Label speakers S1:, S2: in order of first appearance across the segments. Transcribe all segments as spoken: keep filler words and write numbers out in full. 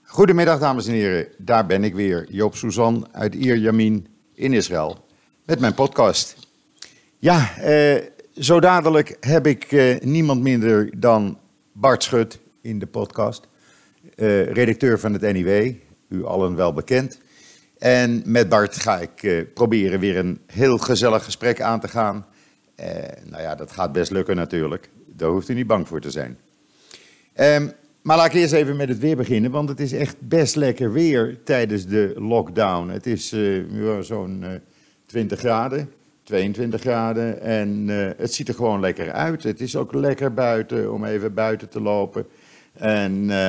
S1: Goedemiddag dames en heren, daar ben ik weer, Joop Suzan uit Ierjemien in Israël, met mijn podcast. Ja, eh, zo dadelijk heb ik eh, niemand minder dan Bart Schut in de podcast, eh, redacteur van het N I W, u allen wel bekend. En met Bart ga ik eh, proberen weer een heel gezellig gesprek aan te gaan. Eh, nou ja, dat gaat best lukken natuurlijk, daar hoeft u niet bang voor te zijn. Um, Maar laat ik eerst even met het weer beginnen, want het is echt best lekker weer tijdens de lockdown. Het is uh, zo'n uh, twintig graden, tweeëntwintig graden en uh, het ziet er gewoon lekker uit. Het is ook lekker buiten om even buiten te lopen. En uh,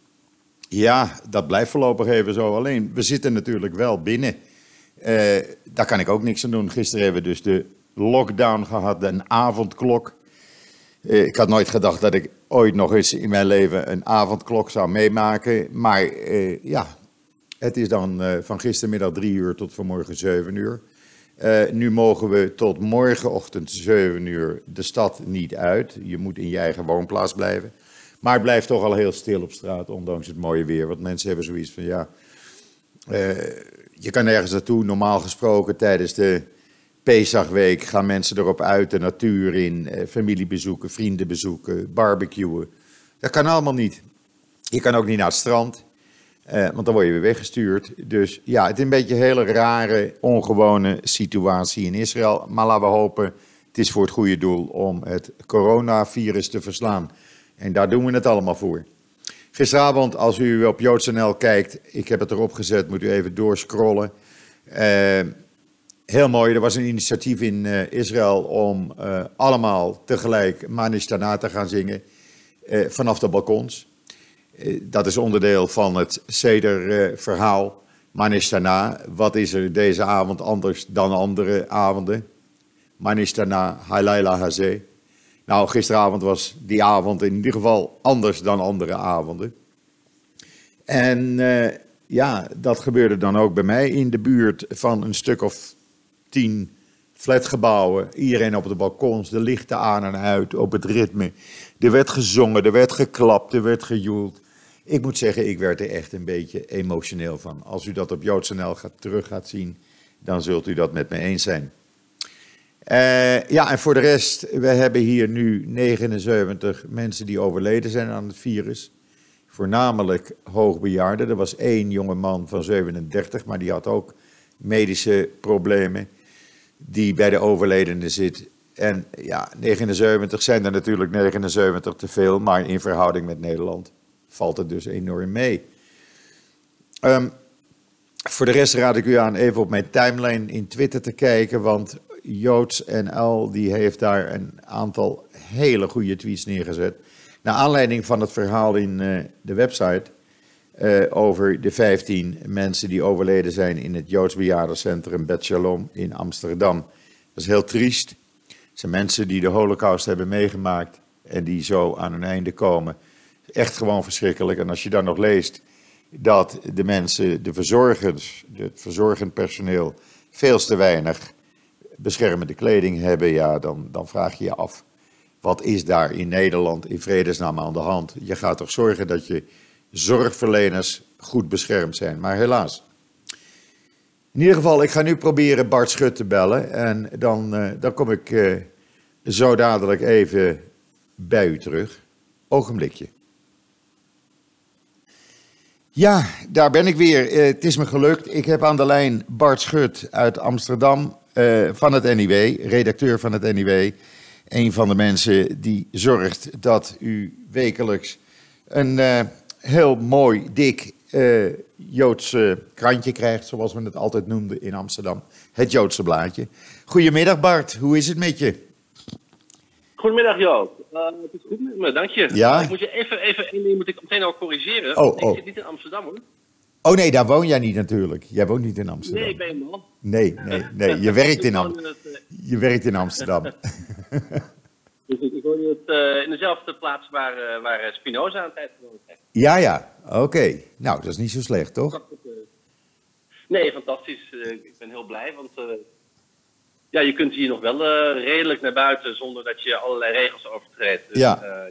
S1: ja, dat blijft voorlopig even zo. Alleen, we zitten natuurlijk wel binnen. Uh, daar kan ik ook niks aan doen. Gisteren hebben we dus de lockdown gehad, een avondklok. Uh, ik had nooit gedacht dat ik ooit nog eens in mijn leven een avondklok zou meemaken. Maar uh, ja, het is dan uh, van gistermiddag drie uur tot vanmorgen zeven uur. Uh, nu mogen we tot morgenochtend zeven uur de stad niet uit. Je moet in je eigen woonplaats blijven. Maar het blijft toch al heel stil op straat, ondanks het mooie weer. Want mensen hebben zoiets van, ja, uh, je kan ergens naartoe. Normaal gesproken tijdens de Pesachweek gaan mensen erop uit, de natuur in, eh, familie bezoeken, vrienden bezoeken, barbecuen. Dat kan allemaal niet. Je kan ook niet naar het strand, eh, want dan word je weer weggestuurd. Dus ja, het is een beetje een hele rare, ongewone situatie in Israël. Maar laten we hopen, het is voor het goede doel om het coronavirus te verslaan. En daar doen we het allemaal voor. Gisteravond, als u op Joods punt n l kijkt, ik heb het erop gezet, moet u even doorscrollen. Eh... Heel mooi, er was een initiatief in uh, Israël om uh, allemaal tegelijk Manish Tana te gaan zingen uh, vanaf de balkons. Uh, dat is onderdeel van het Seder-verhaal. Uh, Manish Tana, wat is er deze avond anders dan andere avonden? Manish Tana, Halayla Hazeh. Nou, gisteravond was die avond in ieder geval anders dan andere avonden. En uh, ja, dat gebeurde dan ook bij mij in de buurt van een stuk of tien flatgebouwen, iedereen op de balkons, de lichten aan en uit, op het ritme. Er werd gezongen, er werd geklapt, er werd gejoeld. Ik moet zeggen, ik werd er echt een beetje emotioneel van. Als u dat op Joods punt n l gaat, terug gaat zien, dan zult u dat met me eens zijn. Uh, ja, en voor de rest, we hebben hier nu negenenzeventig mensen die overleden zijn aan het virus. Voornamelijk hoogbejaarden. Er was één jonge man van zevenendertig, maar die had ook medische problemen die bij de overledenen zit. En ja, negenenzeventig zijn er natuurlijk negenenzeventig te veel, maar in verhouding met Nederland valt het dus enorm mee. Um, voor de rest raad ik u aan even op mijn timeline in Twitter te kijken, want Joods punt n l die heeft daar een aantal hele goede tweets neergezet. Naar aanleiding van het verhaal in uh, de website uh, over de vijftien mensen die overleden zijn in het Joods bejaardencentrum Bet Shalom in Amsterdam. Dat is heel triest. Het zijn mensen die de Holocaust hebben meegemaakt en die zo aan hun einde komen. Echt gewoon verschrikkelijk. En als je dan nog leest dat de mensen, de verzorgers, het verzorgend personeel, veel te weinig beschermende kleding hebben, ja, dan, dan vraag je je af, wat is daar in Nederland in vredesnaam aan de hand? Je gaat toch zorgen dat je zorgverleners goed beschermd zijn, maar helaas. In ieder geval, ik ga nu proberen Bart Schut te bellen en dan, uh, dan kom ik uh, zo dadelijk even bij u terug. Ogenblikje. Ja, daar ben ik weer. Uh, het is me gelukt. Ik heb aan de lijn Bart Schut uit Amsterdam uh, van het N I W, redacteur van het N I W. Een van de mensen die zorgt dat u wekelijks een uh, heel mooi, dik uh, Joods uh, krantje krijgt, zoals we het altijd noemden in Amsterdam. Het Joodse blaadje. Goedemiddag Bart, hoe is het met je?
S2: Goedemiddag Joop. Uh, het is goed met me, dank je.
S1: Ja?
S2: Ik moet je even, even één ding moet ik meteen al corrigeren.
S1: Oh,
S2: ik
S1: oh.
S2: zit niet in Amsterdam hoor.
S1: Oh nee, daar woon jij niet natuurlijk. Jij woont niet in Amsterdam.
S2: Nee, ik ben een man.
S1: Nee, nee, nee. Je werkt in, Am-
S2: in het, uh...
S1: je werkt in Amsterdam.
S2: dus ik, ik woon in, het, uh, in dezelfde plaats waar, uh, waar Spinoza aan het tijd gewoond heeft.
S1: Ja, ja. Oké. Okay. Nou, dat is niet zo slecht, toch?
S2: Nee, fantastisch. Uh, ik ben heel blij, want uh, ja, je kunt hier nog wel uh, redelijk naar buiten zonder dat je allerlei regels overtreedt. Dus,
S1: ja.
S2: Uh, ja.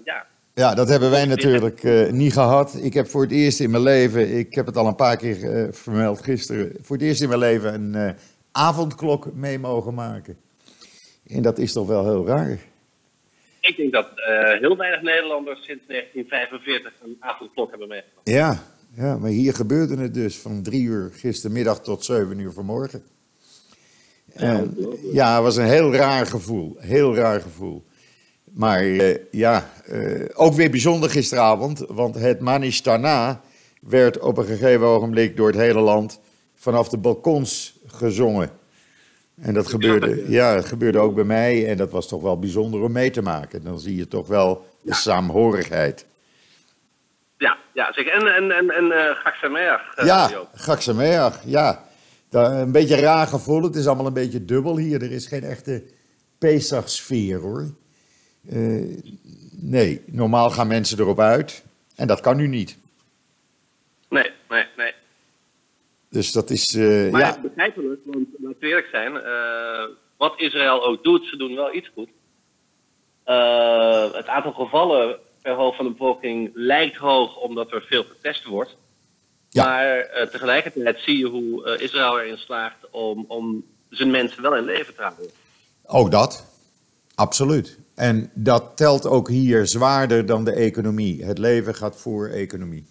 S1: Ja, dat hebben wij natuurlijk uh, niet gehad. Ik heb voor het eerst in mijn leven, ik heb het al een paar keer uh, vermeld gisteren, voor het eerst in mijn leven een uh, avondklok mee mogen maken. En dat is toch wel heel raar.
S2: Ik denk dat uh, heel weinig Nederlanders sinds negentien vijfenveertig een avondklok hebben meegemaakt.
S1: Ja, ja, maar hier gebeurde het dus van drie uur gistermiddag tot zeven uur vanmorgen. En, ja, het was een heel raar gevoel, heel raar gevoel. Maar uh, ja, uh, ook weer bijzonder gisteravond, want het Manish Tana werd op een gegeven ogenblik door het hele land vanaf de balkons gezongen. En dat gebeurde, ja, dat gebeurde ook bij mij en dat was toch wel bijzonder om mee te maken. Dan zie je toch wel de ja. saamhorigheid.
S2: Ja, ja, zeker. En, en, en, en uh, Chag Sameach. Uh,
S1: ja, Chag Sameach, ja. Een beetje raar gevoel, het is allemaal een beetje dubbel hier. Er is geen echte Pesach-sfeer, hoor. Uh, nee, normaal gaan mensen erop uit. En dat kan nu niet.
S2: Nee, nee, nee.
S1: Dus dat is, uh,
S2: maar
S1: ja.
S2: het is begrijpelijk, want laten we eerlijk zijn. Uh, wat Israël ook doet, ze doen wel iets goed. Uh, het aantal gevallen per hoofd van de bevolking lijkt hoog, omdat er veel getest wordt. Ja. Maar uh, tegelijkertijd zie je hoe uh, Israël erin slaagt om, om zijn mensen wel in leven te houden.
S1: Ook dat, absoluut. En dat telt ook hier zwaarder dan de economie. Het leven gaat voor economie.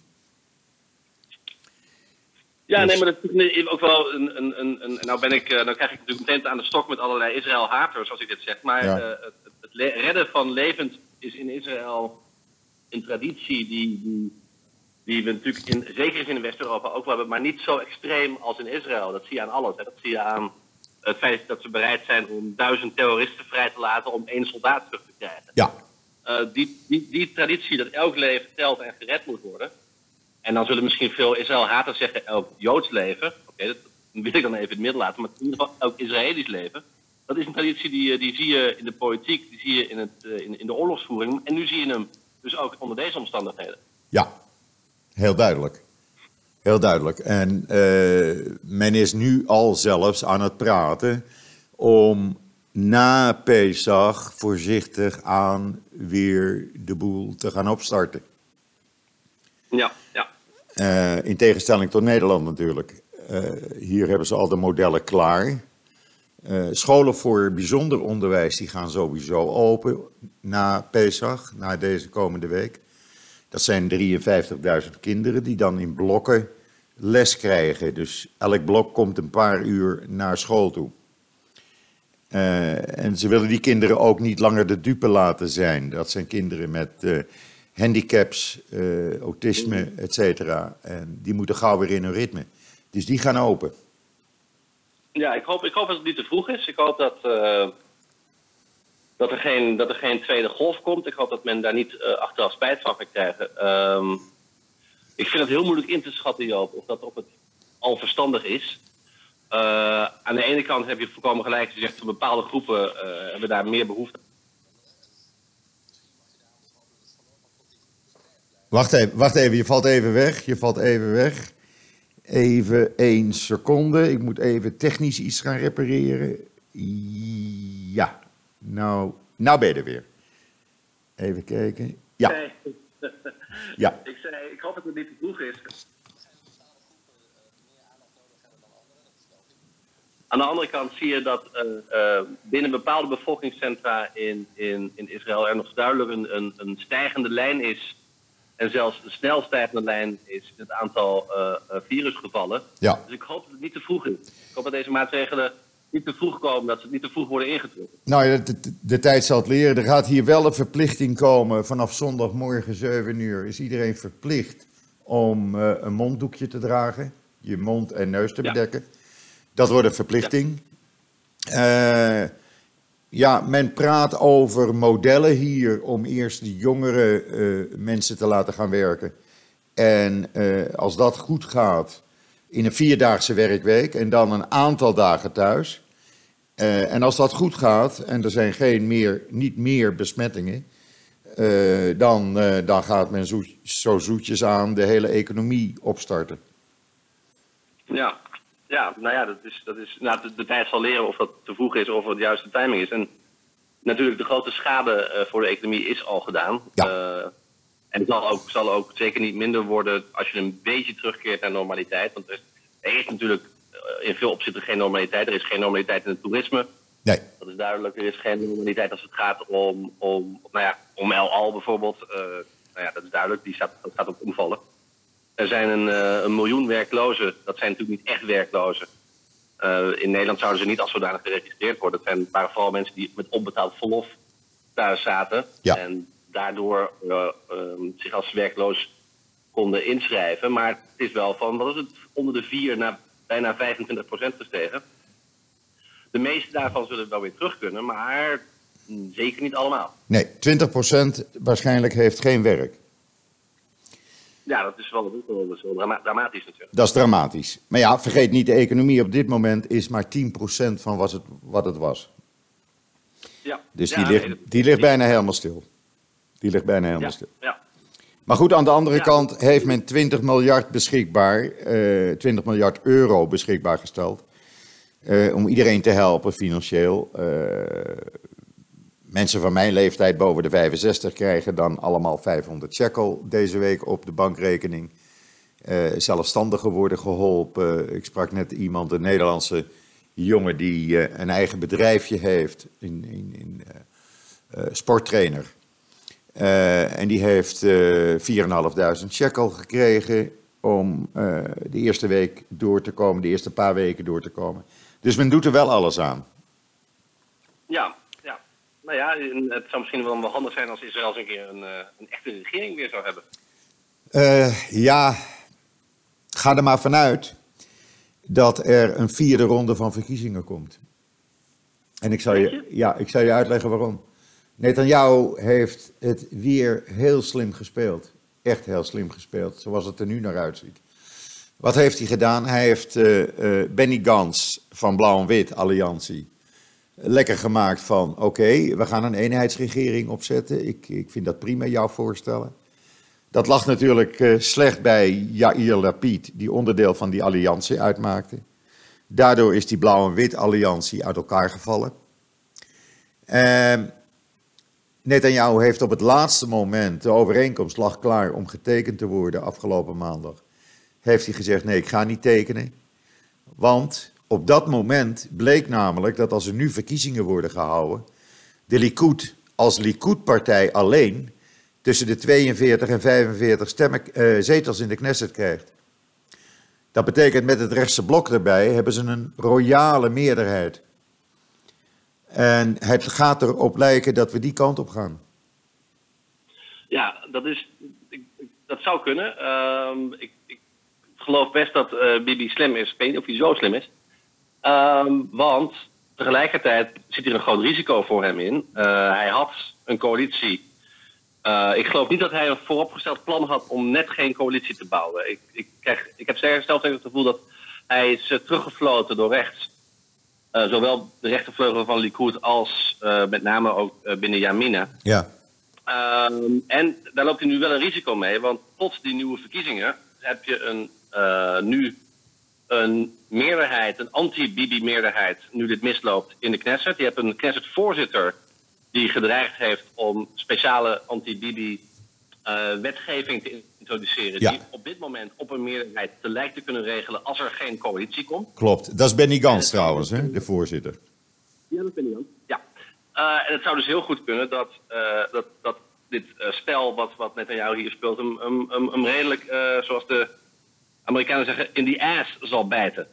S2: Ja, dus... nee, maar dat is ook wel een... een, een, een nou, ben ik, nou krijg ik natuurlijk meteen aan de stok met allerlei Israël-haters, als ik dit zeg. Maar ja. uh, het, het redden van levens is in Israël een traditie die... die Die we natuurlijk in, zeker in West-Europa ook wel hebben, maar niet zo extreem als in Israël. Dat zie je aan alles. Hè. Dat zie je aan het feit dat ze bereid zijn om duizend terroristen vrij te laten om één soldaat terug te krijgen.
S1: Ja.
S2: Uh, die, die, die traditie dat elk leven telt en gered moet worden. En dan zullen misschien veel Israël-haters zeggen elk Joods leven. Oké, okay, dat wil ik dan even in het midden laten. Maar in ieder geval elk Israëlisch leven. Dat is een traditie die, die zie je in de politiek, die zie je in, het, in, in de oorlogsvoering. En nu zie je hem dus ook onder deze omstandigheden.
S1: Ja. Heel duidelijk. Heel duidelijk. En uh, men is nu al zelfs aan het praten om na Pesach voorzichtig aan weer de boel te gaan opstarten.
S2: Ja, ja.
S1: Uh, in tegenstelling tot Nederland natuurlijk. Uh, hier hebben ze al de modellen klaar. Uh, scholen voor bijzonder onderwijs die gaan sowieso open na Pesach, na deze komende week. Dat zijn drieënvijftigduizend kinderen die dan in blokken les krijgen. Dus elk blok komt een paar uur naar school toe. Uh, en ze willen die kinderen ook niet langer de dupe laten zijn. Dat zijn kinderen met uh, handicaps, uh, autisme, et cetera. En die moeten gauw weer in hun ritme. Dus die gaan open.
S2: Ja, ik hoop, ik hoop dat het niet te vroeg is. Ik hoop dat... Uh... Dat er, geen, dat er geen tweede golf komt. Ik hoop dat men daar niet uh, achteraf spijt van gaat krijgen. Um, ik vind het heel moeilijk in te schatten, Joop, of dat op het al verstandig is. Uh, aan de ene kant heb je voorkomen gelijk gezegd, voor bepaalde groepen uh, hebben we daar meer behoefte aan.
S1: Wacht even, wacht even, je valt even weg. Je valt even weg. Even één seconde. Ik moet even technisch iets gaan repareren. Ja. Nou, nou ben je er weer. Even kijken. Ja.
S2: Nee.
S1: Ja.
S2: Ik zei, ik hoop dat het niet te vroeg is. Aan de andere kant zie je dat uh, uh, binnen bepaalde bevolkingscentra in, in, in Israël er nog duidelijk een, een, een stijgende lijn is. En zelfs een snel stijgende lijn is in het aantal uh, virusgevallen.
S1: Ja.
S2: Dus ik hoop dat het niet te vroeg is. Ik hoop dat deze maatregelen niet te vroeg komen, dat ze niet te vroeg worden ingetrokken.
S1: Nou, de, de, de tijd zal het leren. Er gaat hier wel een verplichting komen. Vanaf zondagmorgen zeven uur is iedereen verplicht om uh, een monddoekje te dragen. Je mond en neus te bedekken. Ja. Dat wordt een verplichting. Ja. Uh, ja, men praat over modellen hier om eerst de jongere uh, mensen te laten gaan werken. En uh, als dat goed gaat, in een vierdaagse werkweek en dan een aantal dagen thuis. Uh, en als dat goed gaat en er zijn geen meer, niet meer besmettingen, uh, dan, uh, dan gaat men zo, zo zoetjes aan de hele economie opstarten.
S2: Ja, ja nou ja, dat is, dat is, nou, de, de tijd zal leren of dat te vroeg is of het de juiste timing is. En natuurlijk, de grote schade uh, voor de economie is al gedaan.
S1: Ja.
S2: Uh, En het zal ook, zal ook zeker niet minder worden als je een beetje terugkeert naar normaliteit. Want er is, er is natuurlijk in veel opzichten geen normaliteit. Er is geen normaliteit in het toerisme.
S1: Nee.
S2: Dat is duidelijk. Er is geen normaliteit als het gaat om, om, nou ja, om El Al bijvoorbeeld. Uh, nou ja, dat is duidelijk. Die staat, dat gaat ook omvallen. Er zijn een, uh, een miljoen werklozen. Dat zijn natuurlijk niet echt werklozen. Uh, in Nederland zouden ze niet als zodanig geregistreerd worden. Het zijn, waren vooral mensen die met onbetaald verlof thuis zaten.
S1: Ja.
S2: En daardoor uh, um, zich als werkloos konden inschrijven. Maar het is wel van, wat is het, onder de vier naar bijna vijfentwintig procent gestegen. De meeste daarvan zullen wel weer terug kunnen, maar zeker niet allemaal.
S1: Nee, twintig procent waarschijnlijk heeft geen werk.
S2: Ja, dat is wel, dat is wel, dat is wel drama- dramatisch natuurlijk.
S1: Dat is dramatisch. Maar ja, vergeet niet, de economie op dit moment is maar tien procent van wat het, wat het was.
S2: Ja.
S1: Dus
S2: ja,
S1: die, ligt,
S2: nee,
S1: die ligt bijna helemaal stil. Die ligt bijna helemaal
S2: ja,
S1: stil.
S2: Ja.
S1: Maar goed, aan de andere
S2: Ja.
S1: kant heeft men twintig miljard beschikbaar, uh, twintig miljard euro beschikbaar gesteld. Uh, om iedereen te helpen financieel. Uh, mensen van mijn leeftijd boven de vijfenzestig krijgen dan allemaal vijfhonderd shekel deze week op de bankrekening. Uh, zelfstandigen worden geholpen. Ik sprak net iemand, een Nederlandse jongen die uh, een eigen bedrijfje heeft, in, in, in uh, uh, sporttrainer. Uh, en die heeft uh, vierduizend shekel gekregen om uh, de eerste week door te komen, de eerste paar weken door te komen. Dus men doet er wel alles aan.
S2: Ja, ja. Nou ja, het zou misschien wel handig zijn als Israël eens een keer een, een echte regering weer zou hebben.
S1: Uh, ja, ga er maar vanuit dat er een vierde ronde van verkiezingen komt. En ik zal je, ja, ik zal je uitleggen waarom. Netanyahu heeft het weer heel slim gespeeld. Echt heel slim gespeeld, zoals het er nu naar uitziet. Wat heeft hij gedaan? Hij heeft uh, uh, Benny Gantz van Blauw en Wit Alliantie lekker gemaakt van... oké, okay, we gaan een eenheidsregering opzetten. Ik, ik vind dat prima, jouw voorstellen. Dat lag natuurlijk uh, slecht bij Yair Lapid, die onderdeel van die alliantie uitmaakte. Daardoor is die Blauw en Wit Alliantie uit elkaar gevallen. Uh, Netanyahu heeft op het laatste moment, de overeenkomst lag klaar om getekend te worden afgelopen maandag, heeft hij gezegd, nee, ik ga niet tekenen. Want op dat moment bleek namelijk dat als er nu verkiezingen worden gehouden, de Likud als Likud-partij alleen tussen de tweeënveertig en vijfenveertig stemmen, uh, zetels in de Knesset krijgt. Dat betekent met het rechtse blok erbij hebben ze een royale meerderheid. En het gaat erop lijken dat we die kant op gaan.
S2: Ja, dat is, ik, dat zou kunnen. Uh, ik, ik geloof best dat uh, Bibi slim is. Ik weet niet of hij zo slim is. Uh, want tegelijkertijd zit er een groot risico voor hem in. Uh, hij had een coalitie. Uh, ik geloof niet dat hij een vooropgesteld plan had om net geen coalitie te bouwen. Ik, ik, krijg, ik heb zelfs het gevoel dat hij is teruggefloten door rechts. Uh, zowel de rechtervleugel van Likud als uh, met name ook uh, binnen Yamina.
S1: Ja.
S2: Um, en daar loopt hij nu wel een risico mee, want tot die nieuwe verkiezingen heb je een, uh, nu een meerderheid, een anti-Bibi-meerderheid, nu dit misloopt in de Knesset. Je hebt een Knesset-voorzitter die gedreigd heeft om speciale anti-Bibi uh, wetgeving te introduceren.
S1: Ja.
S2: Die op dit moment op een meerderheid te lijkt te kunnen regelen als er geen coalitie komt.
S1: Klopt, dat is Benny Gantz trouwens, hè, de voorzitter.
S2: Ja, dat is Benny Gantz. Ja. Uh, en het zou dus heel goed kunnen dat, uh, dat, dat dit uh, spel wat, wat Netanyahu hier speelt hem, hem, hem, hem redelijk, uh, zoals de Amerikanen zeggen, in die ass zal bijten.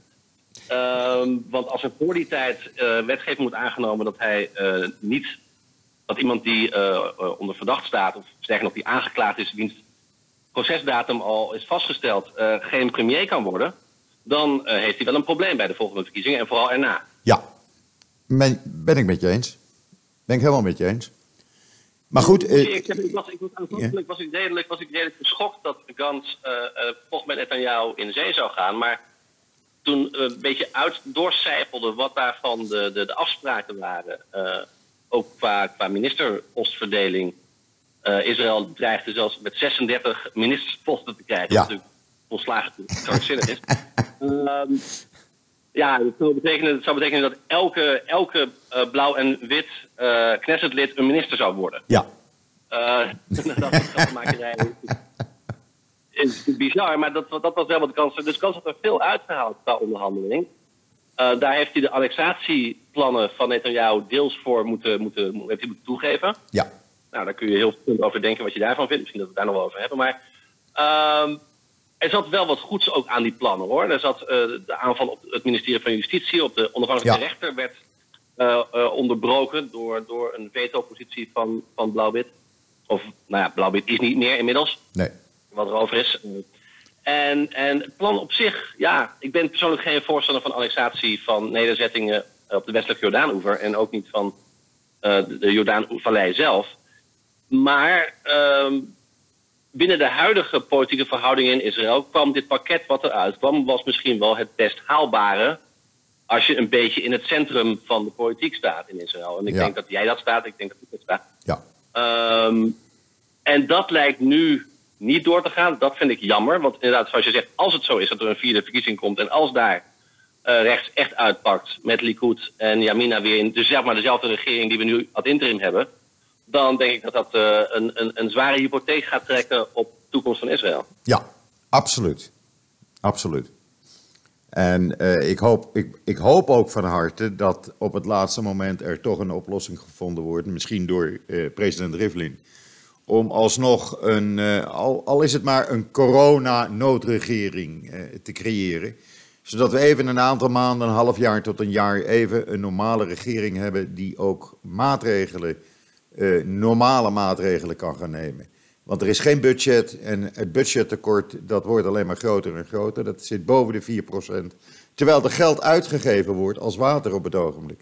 S2: Uh, want als er voor die tijd uh, wetgeving wordt aangenomen dat hij uh, niet, dat iemand die uh, uh, onder verdacht staat, of sterker nog die aangeklaagd is, wiens procesdatum al is vastgesteld, uh, geen premier kan worden, dan uh, heeft hij wel een probleem bij de volgende verkiezingen en vooral erna.
S1: Ja, ben, ben ik met je eens. Ben ik helemaal met je eens. Maar goed... Uh,
S2: ik, ik was, ik was, aanvankelijk was ik redelijk, was ik redelijk geschokt dat Gantz uh, uh, volgens mij Netanyahu in zee zou gaan. Maar toen uh, een beetje uit doorcijpelde wat daarvan de, de, de afspraken waren, uh, ook qua, qua ministerpostverdeling. Uh, Israël dreigde zelfs met zesendertig ministersposten te krijgen,
S1: ja.
S2: wat natuurlijk volslagen krankzinnig is. Um, Ja, het zou betekenen, het zou betekenen dat elke, elke uh, blauw en wit uh, Knessetlid een minister zou worden.
S1: Ja.
S2: Uh, dat soort grappenmakerij is, is bizar, maar dat, dat was wel wat de kans. Dus de kans had er veel uitgehaald qua onderhandeling. Uh, daar heeft hij de annexatieplannen van Netanyahu deels voor moeten, moeten, heeft hij moeten toegeven.
S1: Ja.
S2: Nou, daar kun je heel veel over denken wat je daarvan vindt. Misschien dat we het daar nog wel over hebben. Maar uh, er zat wel wat goeds ook aan die plannen, hoor. Er zat uh, de aanval op het ministerie van Justitie, op de onafhankelijke ja. rechter, werd uh, uh, onderbroken door, door een veto-positie van, van Blauw-Wit. Of, nou ja, Blauw-Wit is niet meer inmiddels.
S1: Nee.
S2: Wat er over is. En, en het plan op zich, ja, ik ben persoonlijk geen voorstander van annexatie van nederzettingen op de westelijke Jordaanoever. En ook niet van uh, de Jordaanvallei zelf. Maar uh, binnen de huidige politieke verhoudingen in Israël kwam dit pakket wat eruit kwam, was misschien wel het best haalbare als je een beetje in het centrum van de politiek staat in Israël. En ik ja. denk dat jij dat staat, ik denk dat ik dat sta.
S1: Ja.
S2: Um, en dat lijkt nu niet door te gaan. Dat vind ik jammer. Want inderdaad, zoals je zegt, als het zo is dat er een vierde verkiezing komt en als daar uh, rechts echt uitpakt met Likud en Yamina weer in, dus zeg maar dezelfde regering die we nu ad interim hebben, dan denk ik dat dat uh, een, een, een zware hypotheek gaat trekken op de toekomst van Israël.
S1: Ja, absoluut. Absoluut. En uh, ik, hoop, ik, ik hoop ook van harte dat op het laatste moment er toch een oplossing gevonden wordt, misschien door uh, president Rivlin, om alsnog een, uh, al, al is het maar een corona-noodregering uh, te creëren, zodat we even een aantal maanden, een half jaar tot een jaar, even een normale regering hebben die ook maatregelen, uh, normale maatregelen kan gaan nemen. Want er is geen budget en het budgettekort dat wordt alleen maar groter en groter. Dat zit boven de vier procent. Terwijl er geld uitgegeven wordt als water op het ogenblik.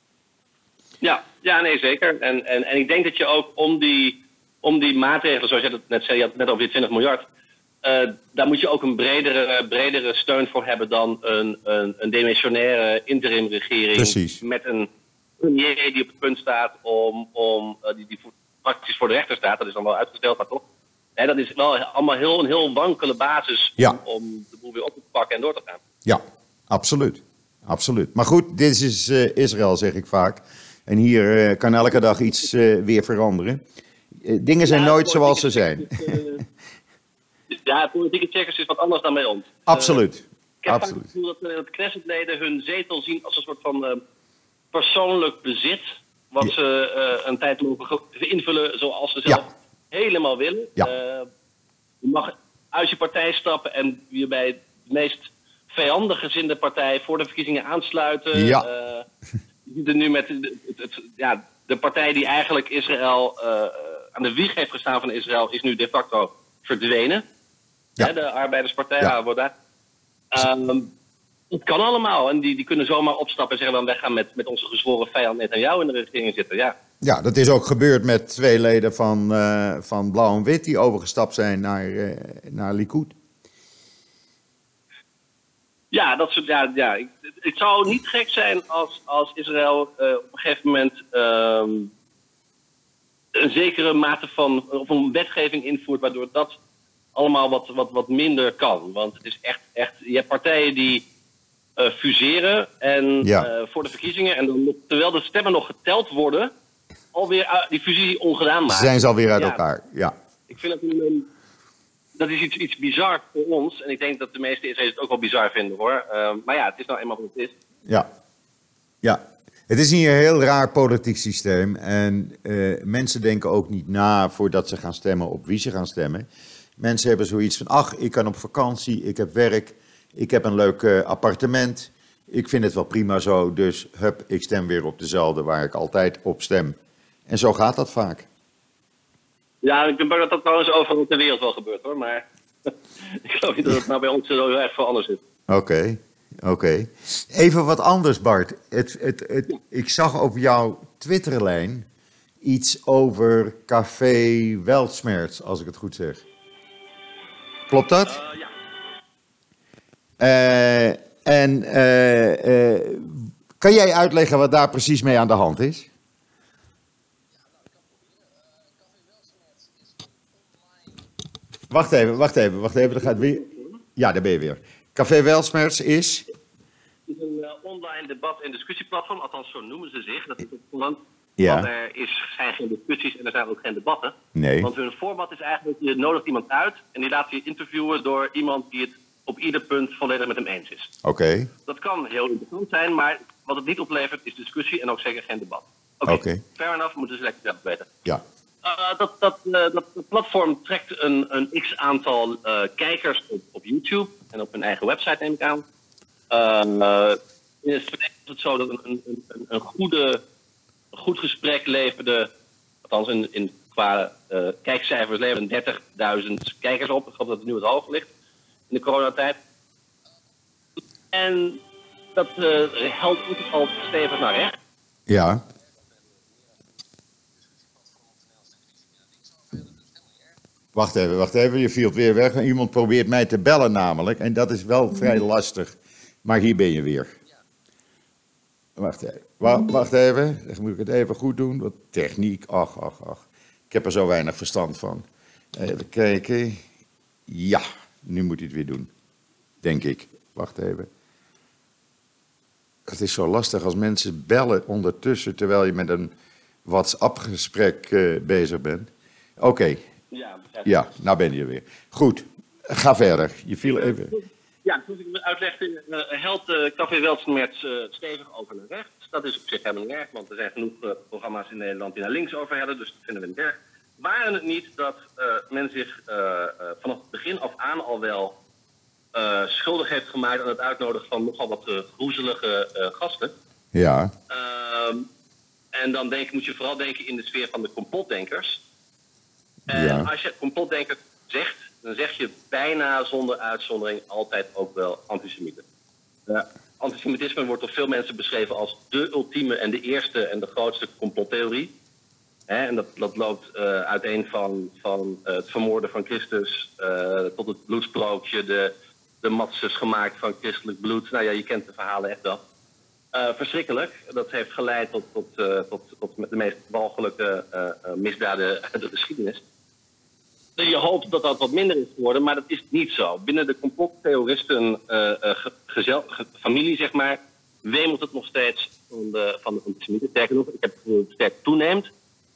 S2: Ja, ja nee zeker. En, en, en ik denk dat je ook om die, om die maatregelen, zoals je het net zei, je had het net over die twintig miljard. Uh, daar moet je ook een bredere, bredere steun voor hebben dan een, een, een demissionaire interimregering.
S1: Precies.
S2: Met een premier die op het punt staat om, om uh, die, die praktisch voor de rechter staat. Dat is dan wel uitgesteld, maar toch. Hè, dat is wel allemaal heel, een heel wankele basis
S1: ja.
S2: om, om de boel weer op te pakken en door te gaan.
S1: Ja, absoluut. absoluut. Maar goed, dit is uh, Israël, zeg ik vaak. En hier uh, kan elke dag iets uh, weer veranderen. Uh, dingen zijn ja, nooit zoals ze zijn.
S2: Is, uh, ja, politieke checkers is wat anders dan bij ons.
S1: Absoluut.
S2: Uh, ik heb
S1: absoluut.
S2: het gevoel dat uh, de Knessetleden hun zetel zien als een soort van uh, persoonlijk bezit. Wat ja. ze uh, een tijd mogen invullen zoals ze zelf ja. helemaal willen.
S1: Ja.
S2: Uh, je mag uit je partij stappen en je bij de meest vijandig gezinde partij voor de verkiezingen aansluiten.
S1: Ja.
S2: Uh, je ziet het nu met het, het, het, ja, de partij die eigenlijk Israël uh, aan de wieg heeft gestaan van Israël is nu de facto verdwenen.
S1: Ja.
S2: Hè, de Arbeiderspartij.
S1: Ja.
S2: Um, het kan allemaal. En die, die kunnen zomaar opstappen en zeggen dan wij gaan met, met onze gezworen vijand Netanyahu in de regering zitten. Ja.
S1: Ja, dat is ook gebeurd met twee leden van, uh, van Blauw en Wit die overgestapt zijn naar, uh, naar Likud.
S2: Ja, dat soort, ja, ja. Ik, het zou niet gek zijn als, als Israël uh, op een gegeven moment uh, een zekere mate van of een wetgeving invoert waardoor dat allemaal wat, wat, wat minder kan. Want het is echt, echt je hebt partijen die uh, fuseren en
S1: ja.
S2: uh, voor de verkiezingen en dan, terwijl de stemmen nog geteld worden, alweer uh, die fusie ongedaan maken.
S1: Zijn ze alweer uit
S2: ja,
S1: elkaar, ja.
S2: Ik vind het een, dat is iets, iets bizar voor ons. En ik denk dat de meeste Israëli's het ook wel bizar vinden, hoor. Uh, maar ja, het is nou eenmaal wat het is.
S1: Ja, ja. Het is hier een heel raar politiek systeem. En uh, mensen denken ook niet na voordat ze gaan stemmen op wie ze gaan stemmen. Mensen hebben zoiets van, ach, ik kan op vakantie, ik heb werk, ik heb een leuk uh, appartement. Ik vind het wel prima zo, dus hup, ik stem weer op dezelfde waar ik altijd op stem. En zo gaat dat vaak.
S2: Ja, ik ben bang dat dat trouwens overal ter wereld wel gebeurt, hoor. Maar ik geloof niet dat het nou bij ons zo heel erg veel anders is.
S1: Oké, okay, oké. Okay. Even wat anders, Bart. Het, het, het, ik zag op jouw Twitterlijn iets over Café Weltschmerz, als ik het goed zeg. Klopt dat?
S2: Uh, ja.
S1: Uh, en uh, uh, kan jij uitleggen wat daar precies mee aan de hand is? Wacht even, wacht even, wacht even. Dan gaat weer... Ja, daar ben je weer. Café Weltschmerz is?
S2: Het is een uh, online debat- en discussieplatform, althans zo noemen ze zich. Dat is een
S1: Ja.
S2: Want er is, zijn geen discussies en er zijn ook geen debatten.
S1: Nee.
S2: Want hun format is eigenlijk, je nodigt iemand uit en die laat je interviewen door iemand die het op ieder punt volledig met hem eens is.
S1: Oké. Okay.
S2: Dat kan heel interessant zijn, maar wat het niet oplevert is discussie en ook zeker geen debat. Oké, okay. okay. Fair enough, moeten ze lekker zelf weten.
S1: Ja.
S2: Uh, dat, dat, uh, dat, dat platform trekt een, een x-aantal uh, kijkers op, op YouTube en op hun eigen website, neem ik aan. Uh, uh, in het verleden is het zo dat een, een, een, een, goede, een goed gesprek leverde, althans in, in, qua uh, kijkcijfers leveren dertigduizend kijkers op. Ik geloof dat het nu wat hoger ligt in de coronatijd. En dat uh, helpt ook al stevig naar recht.
S1: Ja. Wacht even, wacht even. Je viel weer weg. Iemand probeert mij te bellen namelijk. En dat is wel vrij lastig. Maar hier ben je weer. Wacht even. Wacht, wacht even. Dan moet ik het even goed doen. Wat techniek. Ach, ach, ach. Ik heb er zo weinig verstand van. Even kijken. Ja, nu moet hij het weer doen. Denk ik. Wacht even. Het is zo lastig als mensen bellen ondertussen terwijl je met een WhatsApp-gesprek uh, bezig bent. Oké. Okay.
S2: Ja,
S1: ja, nou ben je er weer. Goed, ga verder. Je viel even...
S2: Ja, toen ik me uitlegde, uh, helpt uh, Café Weltsmerts uh, stevig over naar rechts. Dat is op zich helemaal niet erg, want er zijn genoeg uh, programma's in Nederland die naar links overhellen, dus dat vinden we niet erg. Waren het niet dat uh, men zich uh, uh, vanaf het begin af aan al wel uh, schuldig heeft gemaakt aan het uitnodigen van nogal wat uh, groezelige uh, gasten?
S1: Ja.
S2: Uh, en dan denk, moet je vooral denken in de sfeer van de complotdenkers. En
S1: ja.
S2: als je complotdenker zegt, dan zeg je bijna zonder uitzondering altijd ook wel antisemieten. Ja. Antisemitisme wordt door veel mensen beschreven als de ultieme en de eerste en de grootste complottheorie. He, en dat, dat loopt uh, uiteen van, van uh, het vermoorden van Christus uh, tot het bloedsprookje, de, de matses gemaakt van christelijk bloed. Nou ja, je kent de verhalen echt wel. Uh, verschrikkelijk. Dat heeft geleid tot, tot, uh, tot, tot met de meest walgelijke uh, uh, misdaden uit de geschiedenis. Je hoopt dat dat wat minder is geworden, maar dat is niet zo. Binnen de complottheoristen uh, uh, gezel, ge, familie, zeg maar, wemelt het nog steeds van de, van de antisemieten. Sterker nog, ik heb het gevoel dat het sterk toeneemt.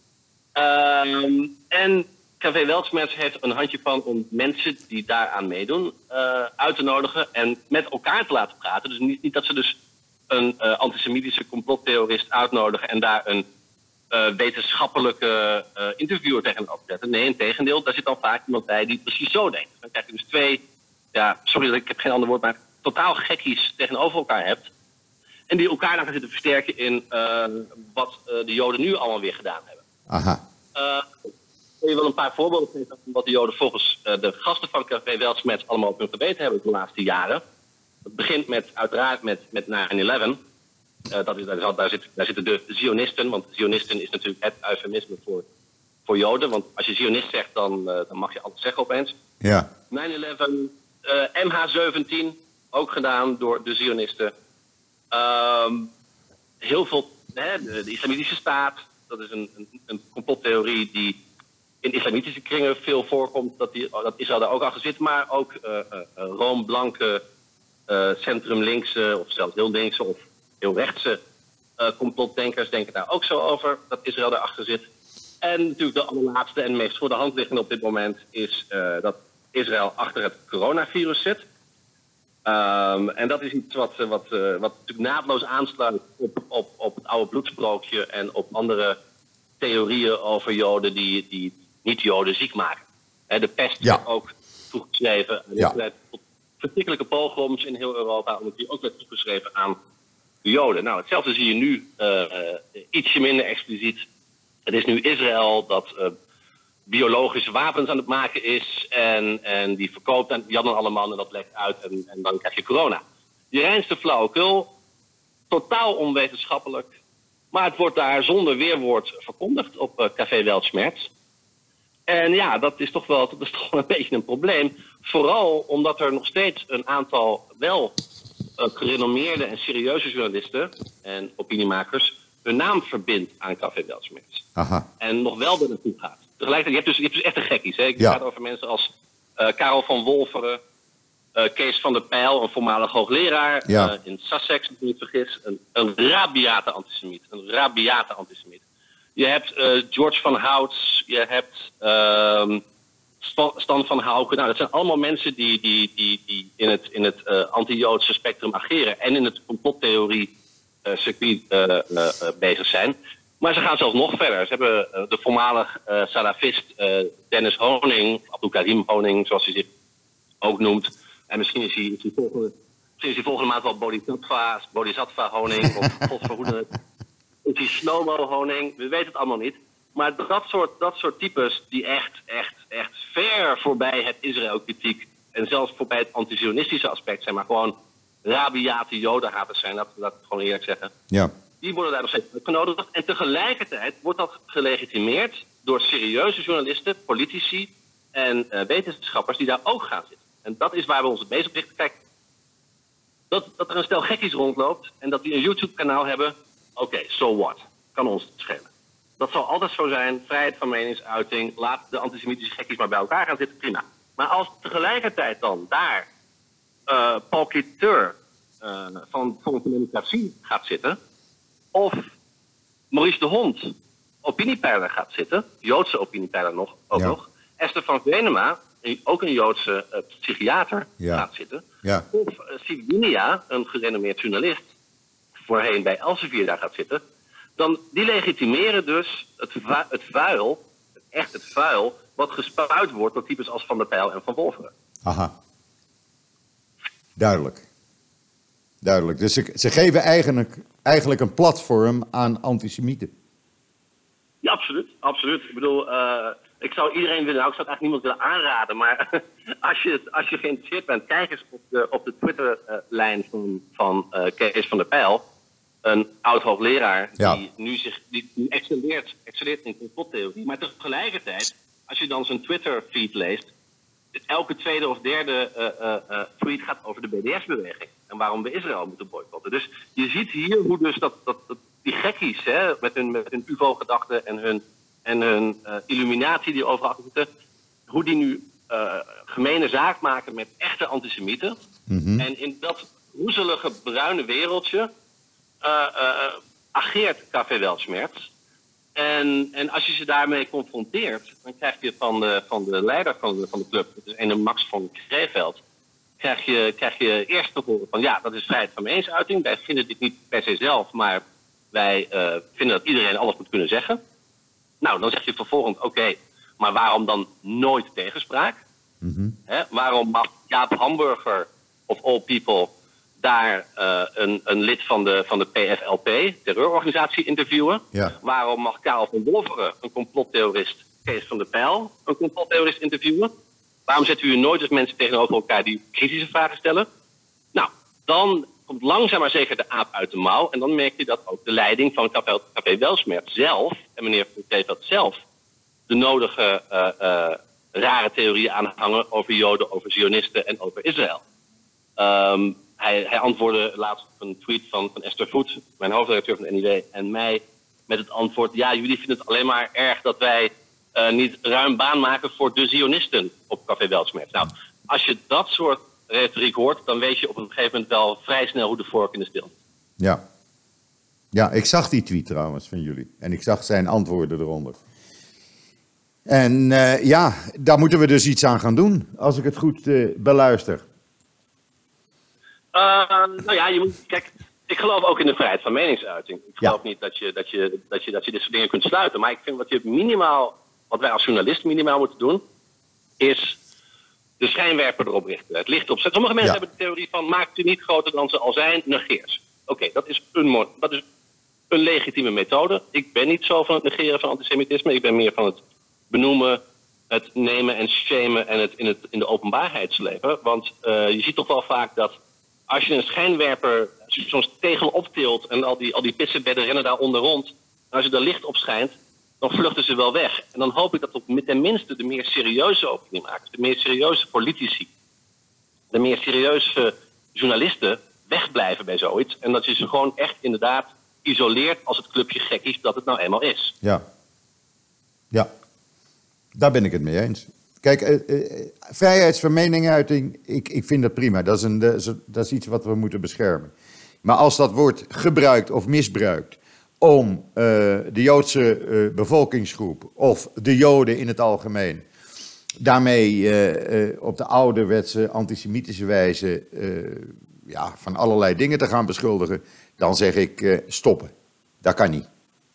S2: Uh, en Café Weltsmerts heeft een handje van om mensen die daaraan meedoen uh, uit te nodigen en met elkaar te laten praten. Dus niet, niet dat ze dus een uh, antisemitische complottheorist uitnodigen en daar een uh, wetenschappelijke uh, interviewer tegenover zetten. Nee, integendeel, daar zit dan vaak iemand bij die precies zo denkt. Dan krijg je dus twee, ja, sorry, ik heb geen ander woord, maar totaal gekkies tegenover elkaar hebt. En die elkaar dan gaan zitten versterken in uh, wat uh, de Joden nu allemaal weer gedaan hebben.
S1: Aha.
S2: Uh, ik wil een paar voorbeelden geven van wat de Joden volgens uh, de gasten van Café Weltsmerts allemaal op hun geweten hebben de laatste jaren. Het begint met, uiteraard met, met nine eleven. Uh, dat is, daar, daar, zit, daar zitten de Zionisten, want Zionisten is natuurlijk het eufemisme voor, voor Joden. Want als je Zionist zegt, dan, uh, dan mag je alles zeggen opeens.
S1: Ja.
S2: nine eleven, uh, M H zeventien, ook gedaan door de Zionisten. Uh, heel veel, hè, de, de Islamitische Staat, dat is een, een, een complottheorie die in islamitische kringen veel voorkomt, dat, die, dat Israël daar ook achter zit, maar ook uh, uh, room-blanke, uh, centrum-linkse of zelfs heel linkse of heel rechtse uh, complotdenkers denken daar ook zo over, dat Israël daarachter zit. En natuurlijk de allerlaatste en meest voor de hand liggende op dit moment is uh, dat Israël achter het coronavirus zit. Um, en dat is iets wat, wat, uh, wat natuurlijk naadloos aansluit op, op, op het oude bloedsprookje en op andere theorieën over Joden die, die niet-Joden ziek maken. He, de pest
S1: ja.
S2: wordt ook toegeschreven. En
S1: ja.
S2: leidt tot verschrikkelijke pogroms in heel Europa, omdat die ook werd toegeschreven aan de Joden. Nou, hetzelfde zie je nu uh, uh, ietsje minder expliciet. Het is nu Israël dat uh, biologische wapens aan het maken is en, en die verkoopt en die hadden allemaal en dat lekt uit en, en dan krijg je corona. Je reinste flauwekul, totaal onwetenschappelijk, maar het wordt daar zonder weerwoord verkondigd op uh, Café Weltsmerts. En ja, dat is toch wel, dat is toch wel een beetje een probleem. Vooral omdat er nog steeds een aantal wel uh, gerenommeerde en serieuze journalisten en opiniemakers hun naam verbindt aan Café Weltsmerts.
S1: Aha.
S2: En nog wel er naartoe gaat. Tegelijkertijd, je hebt dus, je hebt dus echt de gekkies. Hè? Het
S1: ja.
S2: gaat over mensen als uh, Karel van Wolferen, uh, Kees van der Pijl, een voormalig hoogleraar
S1: ja.
S2: uh, in Sussex, als ik me niet vergis. Een, een rabiate antisemiet. Een rabiate antisemiet. Je hebt uh, George van Houts, je hebt uh, Stan van Hauke. Nou, dat zijn allemaal mensen die, die, die, die in het, in het uh, anti-Joodse spectrum ageren en in het complottheorie uh, circuit uh, uh, uh, bezig zijn. Maar ze gaan zelfs nog verder. Ze hebben uh, de voormalig uh, salafist uh, Dennis Honing, Abdul Karim Honing, zoals hij zich ook noemt. En misschien is hij, is hij, volgende, misschien is hij volgende maand wel Bodhisattva, Bodhisattva Honing of God verhoede. Is hij Slow-mo Honing? We weten het allemaal niet. Maar dat soort, dat soort types die echt, echt, echt ver voorbij het Israël-kritiek en zelfs voorbij het antisionistische aspect zijn, maar gewoon rabiate jodenhaters zijn, laten we dat gewoon eerlijk zeggen.
S1: Ja.
S2: Die worden daar nog steeds uitgenodigd. En tegelijkertijd wordt dat gelegitimeerd door serieuze journalisten, politici en uh, wetenschappers die daar ook gaan zitten. En dat is waar we ons het meest op richten. Kijk, dat, dat er een stel gekkies rondloopt en dat die een YouTube-kanaal hebben, oké, okay, so what? Kan ons het schelen. Dat zal altijd zo zijn, vrijheid van meningsuiting, laat de antisemitische gekkies maar bij elkaar gaan zitten, prima. Maar als tegelijkertijd dan daar uh, Paul Cliteur uh, van Forum voor Democratie gaat zitten, of Maurice de Hond, opiniepeiler gaat zitten, Joodse opiniepeiler nog, ook ja. nog, Esther van Venema, ook een Joodse uh, psychiater, ja. gaat zitten,
S1: ja.
S2: of uh, Sivinia, een gerenommeerd journalist, voorheen bij Elsevier daar gaat zitten, dan die legitimeren dus het, vu- het vuil, echt het vuil, wat gespuit wordt door types als Van der Pijl en Van Wolferen.
S1: Aha. Duidelijk. Duidelijk. Dus ze, ze geven eigenlijk, eigenlijk een platform aan antisemieten.
S2: Ja, absoluut. absoluut. Ik bedoel, uh, ik zou iedereen willen, nou, ik zou het eigenlijk niemand willen aanraden, maar als je, als je geïnteresseerd bent, kijk eens op de, op de Twitter-lijn van, van uh, Kees van der Pijl. Een oud hoogleraar die ja. nu zich die, die excelleert, excelleert in complottheorie. Maar tegelijkertijd, als je dan zijn Twitter-feed leest, elke tweede of derde uh, uh, uh, tweet gaat over de B D S-beweging. En waarom we Israël moeten boycotten. Dus je ziet hier hoe dus dat, dat, dat die gekkies, hè, met hun, met hun U F O-gedachten en hun, en hun uh, illuminatie die overal zitten, hoe die nu uh, gemene zaak maken met echte antisemieten. Mm-hmm. En in dat roezelige bruine wereldje Uh, uh, ageert Café Weltschmerz. En, en als je ze daarmee confronteert, dan krijg je van de, van de leider van de, van de club, dat is een Max van Kreeveld, krijg je, krijg je eerst te horen van ja, dat is vrijheid van meningsuiting. Wij vinden dit niet per se zelf, maar wij uh, vinden dat iedereen alles moet kunnen zeggen. Nou, dan zeg je vervolgens, oké, okay, maar waarom dan nooit tegenspraak? Mm-hmm. Hè? Waarom mag Jaap Hamburger of all people daar uh, een, een lid van de, van de P F L P, terreurorganisatie, interviewen? Ja. Waarom mag Karel van Wolferen, een complottheorist, Kees van der Pijl, een complottheorist interviewen? Waarom zetten u nooit eens mensen tegenover elkaar die kritische vragen stellen? Nou, dan komt langzaam maar zeker de aap uit de mouw. En dan merk je dat ook de leiding van Café Weltschmerz zelf, en meneer Van Kreeveld zelf, de nodige uh, uh, rare theorieën aanhangen over Joden, over Zionisten en over Israël. Um, Hij, hij antwoordde laatst op een tweet van, van Esther Voet, mijn hoofdredacteur van de N I W, en mij met het antwoord: ja, jullie vinden het alleen maar erg dat wij uh, niet ruim baan maken voor de Zionisten op Café Weltschmerz. Nou, als je dat soort retoriek hoort, dan weet je op een gegeven moment wel vrij snel hoe de vork in de steel zit.
S1: Ja. Ja, ik zag die tweet trouwens van jullie. En ik zag zijn antwoorden eronder. En uh, ja, daar moeten we dus iets aan gaan doen, als ik het goed uh, beluister.
S2: Uh, nou ja, je moet, kijk, ik geloof ook in de vrijheid van meningsuiting. Ik geloof ja. niet dat je, dat, je, dat, je, dat je dit soort dingen kunt sluiten. Maar ik vind wat je minimaal, wat wij als journalist minimaal moeten doen, is de schijnwerper erop richten. Het licht op. Sommige mensen ja. hebben de theorie van: maak u niet groter dan ze al zijn, negeer ze. Oké, okay, dat is een dat is een legitieme methode. Ik ben niet zo van het negeren van antisemitisme. Ik ben meer van het benoemen, het nemen en shamen en het in, het in de openbaarheid slepen. Want uh, je ziet toch wel vaak dat als je een schijnwerper soms tegenop tilt en al die, al die pissenbedden rennen daar onder rond, en als je er licht op schijnt, dan vluchten ze wel weg. En dan hoop ik dat op ten minste de meer serieuze opiniemakers, de meer serieuze politici, de meer serieuze journalisten wegblijven bij zoiets. En dat je ze gewoon echt inderdaad isoleert als het clubje gekkies dat het nou eenmaal is.
S1: Ja, ja. Daar ben ik het mee eens. Kijk, uh, uh, vrijheid van meningsuiting, ik, ik vind dat prima. Dat is, een, dat is iets wat we moeten beschermen. Maar als dat wordt gebruikt of misbruikt om uh, de Joodse uh, bevolkingsgroep of de Joden in het algemeen daarmee uh, uh, op de ouderwetse antisemitische wijze uh, ja, van allerlei dingen te gaan beschuldigen, dan zeg ik uh, stoppen. Dat kan niet.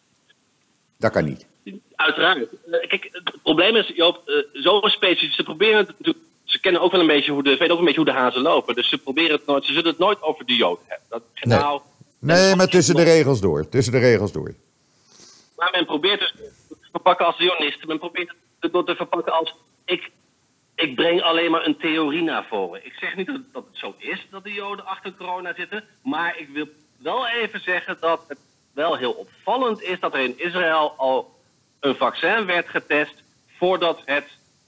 S1: Dat kan niet.
S2: Uiteraard. Uh, kijk, het probleem is, Joop, uh, zo specifiek. Ze proberen het natuurlijk. Ze kennen ook wel een beetje hoe de, weten ook een beetje hoe de hazen lopen. Dus ze proberen het nooit. Ze zullen het nooit over de Jood hebben. Dat,
S1: nee, nou, nee maar tussen de regels door. Tussen de regels door.
S2: Maar men probeert dus te verpakken als zionisten. Men probeert het door te verpakken als ik. Ik breng alleen maar een theorie naar voren. Ik zeg niet dat, dat het zo is dat de Joden achter corona zitten. Maar ik wil wel even zeggen dat het wel heel opvallend is dat er in Israël al een vaccin werd getest voordat het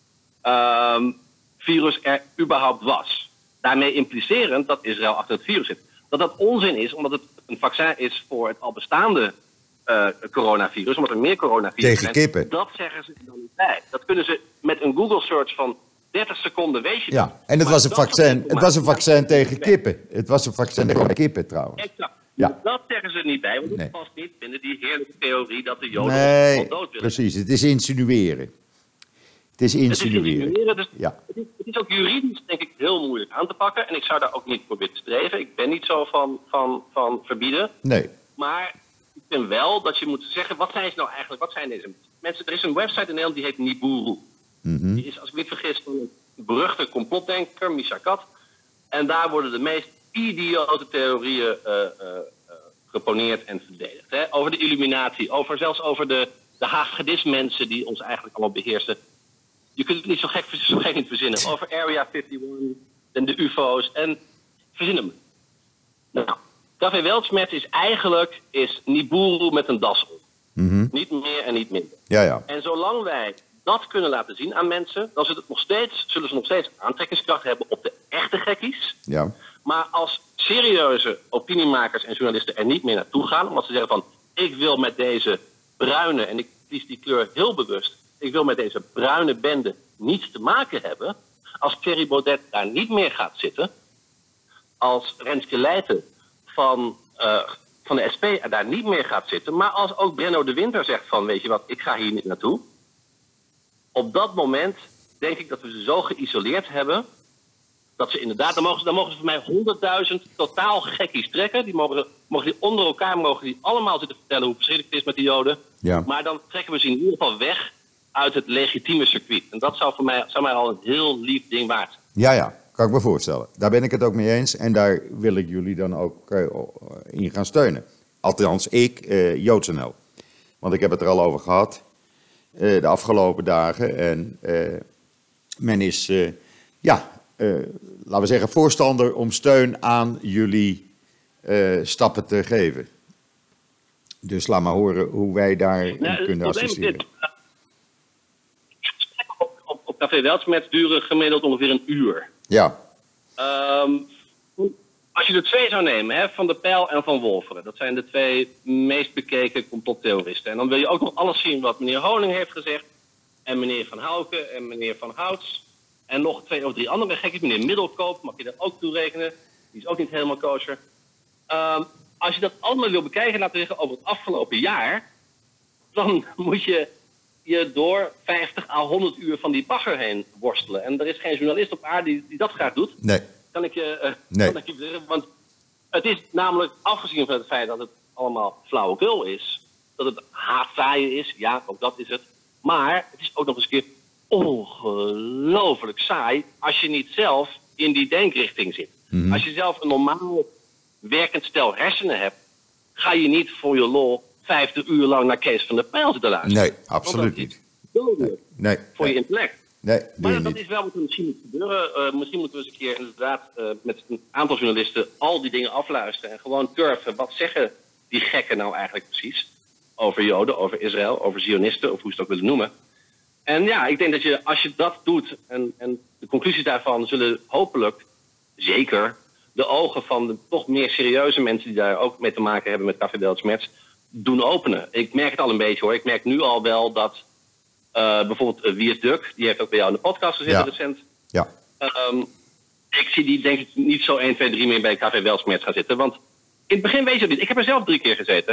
S2: um, virus er überhaupt was. Daarmee implicerend dat Israël achter het virus zit. Dat dat onzin is, omdat het een vaccin is voor het al bestaande uh, coronavirus, omdat er meer coronavirus
S1: tegen kippen.
S2: Zijn. Dat zeggen ze er dan niet bij. Dat kunnen ze met een Google search van dertig seconden weet je.
S1: Ja, en het was een vaccin, het was een vaccin tegen kippen. Het was een vaccin tegen kippen trouwens.
S2: Exact.
S1: Ja.
S2: Dat zeggen ze niet bij, want het nee. past niet binnen die heerlijke theorie dat de Joden
S1: nee,
S2: al dood willen.
S1: Precies, het is insinueren. Het is insinueren.
S2: Het is, insinueren, dus
S1: ja.
S2: het, is, het is ook juridisch, denk ik, heel moeilijk aan te pakken. En ik zou daar ook niet proberen te streven. Ik ben niet zo van, van, van verbieden.
S1: Nee.
S2: Maar ik vind wel dat je moet zeggen, wat zijn ze nou eigenlijk? Wat zijn deze mensen? Er is een website in Nederland die heet Nibiru.
S1: Mm-hmm.
S2: Die is, als ik me niet vergis, van een beruchte complotdenker, Misha Kat. En daar worden de meest idiote theorieën uh, uh, uh, geponeerd en verdedigd. Hè? Over de Illuminatie, over, zelfs over de, de hagedismensen die ons eigenlijk allemaal beheersen. Je kunt het niet zo gek, zo gek niet verzinnen. Over Area eenenvijftig en de U F O's en verzin hem. Nou, Café Weltschmerz is eigenlijk is Nibiru met een das op.
S1: Mm-hmm.
S2: Niet meer en niet minder.
S1: Ja, ja.
S2: En zolang wij dat kunnen laten zien aan mensen, dan zullen, het nog steeds, zullen ze nog steeds aantrekkingskracht hebben op de echte gekkies.
S1: Ja.
S2: Maar als serieuze opiniemakers en journalisten er niet meer naartoe gaan, omdat ze zeggen van, ik wil met deze bruine, en ik kies die kleur heel bewust, ik wil met deze bruine bende niets te maken hebben. Als Thierry Baudet daar niet meer gaat zitten, als Renske Leijten van, uh, van de S P er daar niet meer gaat zitten, maar als ook Brenno de Winter zegt van, weet je wat, ik ga hier niet naartoe. Op dat moment denk ik dat we ze zo geïsoleerd hebben, dat ze inderdaad, dan mogen ze, dan mogen ze voor mij honderdduizend totaal gekkies trekken. Die mogen, mogen die onder elkaar mogen die allemaal zitten vertellen hoe verschrikkelijk het is met die Joden.
S1: Ja.
S2: Maar dan trekken we ze in ieder geval weg uit het legitieme circuit. En dat zou voor mij, zou mij al een heel lief ding waard zijn.
S1: Ja, ja, kan ik me voorstellen. Daar ben ik het ook mee eens en daar wil ik jullie dan ook uh, in gaan steunen. Althans, ik, uh, JoodsNL. Want ik heb het er al over gehad uh, de afgelopen dagen. En uh, men is, uh, ja, uh, laten we zeggen, voorstander om steun aan jullie uh, stappen te geven. Dus laat maar horen hoe wij daarin
S2: nou,
S1: kunnen assisteren.
S2: Op, op, op Café Weltschmerz duren gemiddeld ongeveer een uur.
S1: Ja.
S2: Um, als je de twee zou nemen, hè, Van der Pijl en Van Wolferen, dat zijn de twee meest bekeken complottheoristen. En dan wil je ook nog alles zien wat meneer Honing heeft gezegd, en meneer Van Houken en meneer Van Houts. En nog twee of drie andere gekkies. Meneer Middelkoop mag je daar ook toe rekenen. Die is ook niet helemaal kosher. Um, als je dat allemaal wil bekijken, laten we zeggen, over het afgelopen jaar, dan moet je je door vijftig à honderd uur van die bagger heen worstelen. En er is geen journalist op aarde die, die dat graag doet.
S1: Nee.
S2: Kan ik je, uh,
S1: nee.
S2: kan ik je zeggen. Want het is namelijk, afgezien van het feit dat het allemaal flauwekul is, dat het haatzaaien is, ja, ook dat is het. Maar het is ook nog eens een keer ongelooflijk saai als je niet zelf in die denkrichting zit. Mm-hmm. Als je zelf een normaal werkend stel hersenen hebt, ga je niet voor je lol vijftig uur lang naar Kees van der Pijl zitten luisteren.
S1: Nee, absoluut niet.
S2: Nee, nee, voor
S1: nee.
S2: je intellect.
S1: Nee,
S2: maar dat
S1: niet.
S2: is wel wat er misschien moet gebeuren. Uh, misschien moeten we eens een keer inderdaad uh, met een aantal journalisten al die dingen afluisteren en gewoon turven. Wat zeggen die gekken nou eigenlijk precies over Joden, over Israël, over Zionisten, of hoe ze het ook willen noemen. En ja, ik denk dat je, als je dat doet, en, en de conclusies daarvan zullen hopelijk, zeker, de ogen van de toch meer serieuze mensen die daar ook mee te maken hebben met Café Weltschmerz, doen openen. Ik merk het al een beetje hoor. Ik merk nu al wel dat uh, bijvoorbeeld uh, Wiert Duk, die heeft ook bij jou in de podcast gezeten
S1: ja.
S2: recent.
S1: Ja.
S2: Um, ik zie die denk ik niet zo één, twee, drie meer bij Café Weltschmerz gaan zitten. Want in het begin weet je het niet. Ik heb er zelf drie keer gezeten. Hè?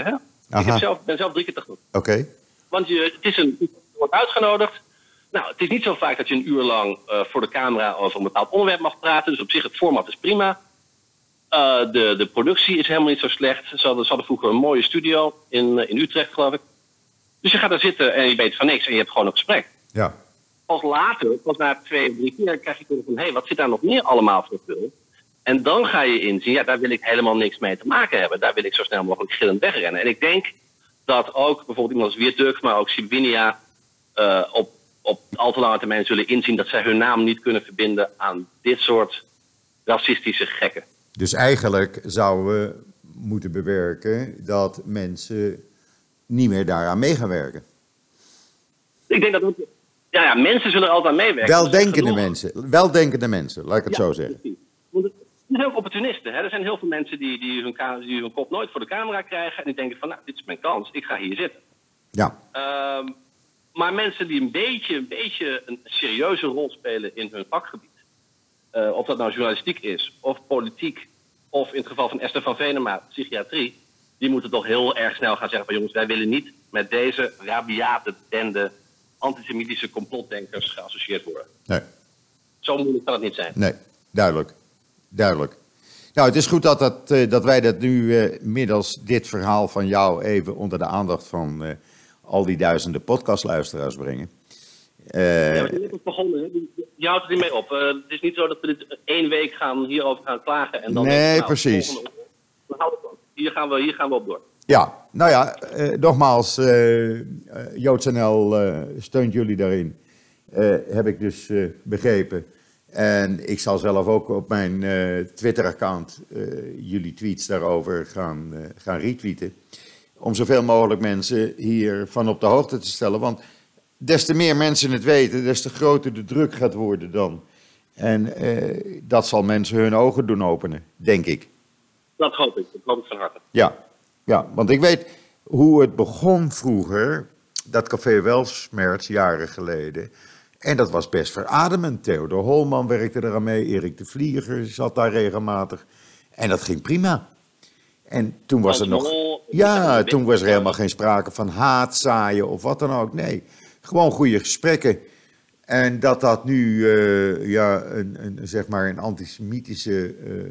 S2: Ik heb zelf, ben zelf drie keer te goed.
S1: Oké. Okay.
S2: Want je, het is een, je wordt uitgenodigd. Nou, het is niet zo vaak dat je een uur lang uh, voor de camera over een bepaald onderwerp mag praten. Dus op zich, het format is prima. Uh, de, de productie is helemaal niet zo slecht. Ze hadden, ze hadden vroeger een mooie studio in, in Utrecht, geloof ik. Dus je gaat daar zitten en je weet van niks en je hebt gewoon een gesprek.
S1: Ja.
S2: Pas later, pas na twee of drie keer, krijg je van, hé, hey, wat zit daar nog meer allemaal voor veel? En dan ga je inzien, ja, daar wil ik helemaal niks mee te maken hebben. Daar wil ik zo snel mogelijk gillend wegrennen. En ik denk dat ook bijvoorbeeld iemand als Wierduk, maar ook Sibinia uh, op, op al te lange termijn zullen inzien dat zij hun naam niet kunnen verbinden aan dit soort racistische gekken.
S1: Dus eigenlijk zouden we moeten bewerken dat mensen niet meer daaraan mee gaan werken.
S2: Ik denk dat ook, ja, ja, mensen zullen er altijd aan meewerken.
S1: Weldenkende mensen, weldenkende mensen, laat ik het
S2: ja,
S1: zo zeggen.
S2: Precies. Want het zijn heel opportunisten. Hè? Er zijn heel veel mensen die, die, hun, die hun kop nooit voor de camera krijgen. En die denken van, nou, dit is mijn kans, ik ga hier zitten.
S1: Ja.
S2: Um, maar mensen die een beetje, een beetje een serieuze rol spelen in hun vakgebied. Uh, of dat nou journalistiek is, of politiek, of in het geval van Esther van Venema, psychiatrie. Die moeten toch heel erg snel gaan zeggen van, jongens, wij willen niet met deze rabiate bende antisemitische complotdenkers geassocieerd worden.
S1: Nee.
S2: Zo moeilijk kan het niet zijn.
S1: Nee, duidelijk. Duidelijk. Nou, het is goed dat, dat, dat wij dat nu uh, middels dit verhaal van jou even onder de aandacht van uh, al die duizenden podcastluisteraars brengen. Uh,
S2: ja, maar je hebt begonnen, hè? Je houdt het niet mee op. Uh, het is niet zo dat we dit één week gaan hierover gaan klagen. En dan
S1: nee,
S2: nou,
S1: precies.
S2: Volgende, we houden het op. Hier gaan we, hier gaan we op door.
S1: Ja, nou ja, uh, nogmaals, uh, uh, Joods N L uh, steunt jullie daarin. Uh, heb ik dus uh, begrepen. En ik zal zelf ook op mijn uh, Twitter-account uh, jullie tweets daarover gaan, uh, gaan retweeten. Om zoveel mogelijk mensen hiervan op de hoogte te stellen. Want des te meer mensen het weten, des te groter de druk gaat worden dan. En uh, dat zal mensen hun ogen doen openen, denk ik.
S2: Dat hoop ik, dat hoop ik van harte.
S1: Ja, ja, want ik weet hoe het begon vroeger, dat Café Weltsmerts jaren geleden. En dat was best verademend. Theodor Holman werkte eraan mee, Erik de Vlieger zat daar regelmatig. En dat ging prima. En toen was er nog... Ja, toen was er helemaal geen sprake van haat zaaien of wat dan ook. Nee, gewoon goede gesprekken. En dat dat nu uh, ja, een, een, zeg maar een antisemitische uh,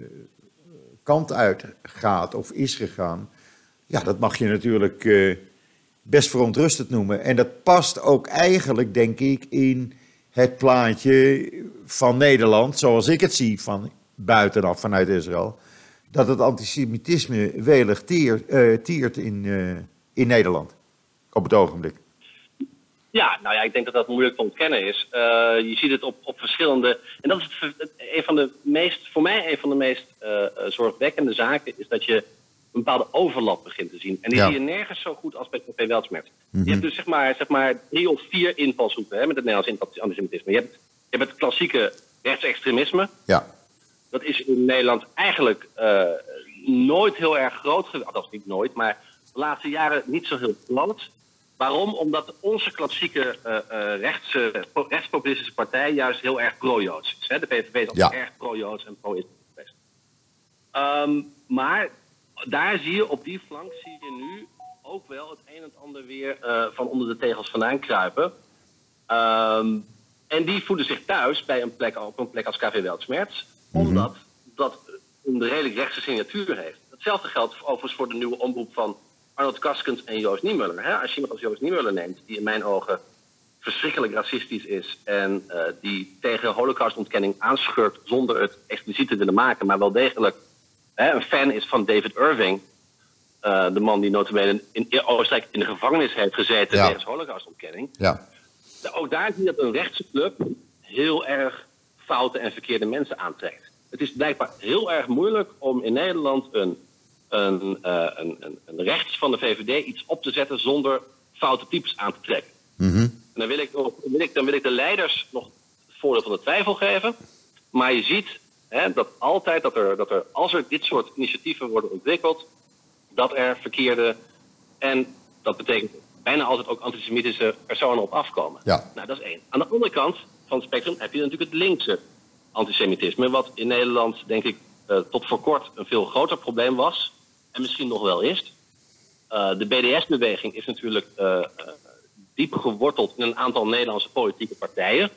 S1: kant uit gaat of is gegaan. Ja, dat mag je natuurlijk uh, best verontrustend noemen. En dat past ook eigenlijk, denk ik, in het plaatje van Nederland, zoals ik het zie van buitenaf vanuit Israël. Dat het antisemitisme welig tiert, uh, tiert in, uh, in Nederland op het ogenblik.
S2: Ja, nou ja, ik denk dat dat moeilijk te ontkennen is. Uh, je ziet het op, op verschillende... En dat is het, het, een van de meest, voor mij een van de meest uh, zorgwekkende zaken, is dat je een bepaalde overlap begint te zien. En die ja. zie je nergens zo goed als bij Café Weltsmerts. Mm-hmm. Je hebt dus zeg maar, zeg maar drie of vier invalshoeken hè, met het Nederlands antisemitisme. Je hebt, je hebt het klassieke rechtsextremisme.
S1: Ja.
S2: Dat is in Nederland eigenlijk uh, nooit heel erg groot geweest. Althans niet nooit, maar de laatste jaren niet zo heel plant. Waarom? Omdat onze klassieke uh, uh, rechtse, rechtspopulistische partij juist heel erg pro-Joods is. Hè? De P V V is altijd ja. erg pro-Joods en pro-Israël geweest. Um, maar daar zie je, op die flank zie je nu ook wel het een en het ander weer uh, van onder de tegels vandaan kruipen. Um, en die voelen zich thuis bij een plek, op een plek als Café Weltsmerts, mm-hmm. omdat dat een redelijk rechtse signatuur heeft. Hetzelfde geldt overigens voor de nieuwe omroep van Arnold Kaskens en Joost Niemuller. Hè? Als je iemand als Joost Niemuller neemt, die in mijn ogen verschrikkelijk racistisch is en uh, die tegen holocaustontkenning aanschurkt zonder het expliciet te willen maken, maar wel degelijk hè, een fan is van David Irving, uh, de man die nota bene in Oostenrijk in de gevangenis heeft gezeten ja. wegens holocaustontkenning.
S1: Ja.
S2: Ook daar zie je dat een rechtse club heel erg foute en verkeerde mensen aantrekt. Het is blijkbaar heel erg moeilijk om in Nederland een Een, uh, een, een, een rechts van de V V D iets op te zetten zonder foute types aan te trekken.
S1: Mm-hmm.
S2: En dan wil, ik, dan, wil ik, dan wil ik de leiders nog het voordeel van de twijfel geven. Maar je ziet hè, dat altijd, dat er, dat er, als er dit soort initiatieven worden ontwikkeld, dat er verkeerde en dat betekent bijna altijd ook antisemitische personen op afkomen.
S1: Ja.
S2: Nou, dat is één. Aan de andere kant van het spectrum heb je natuurlijk het linkse antisemitisme, wat in Nederland, denk ik, uh, tot voor kort een veel groter probleem was. En misschien nog wel is. Uh, de B D S-beweging is natuurlijk uh, uh, diep geworteld in een aantal Nederlandse politieke partijen.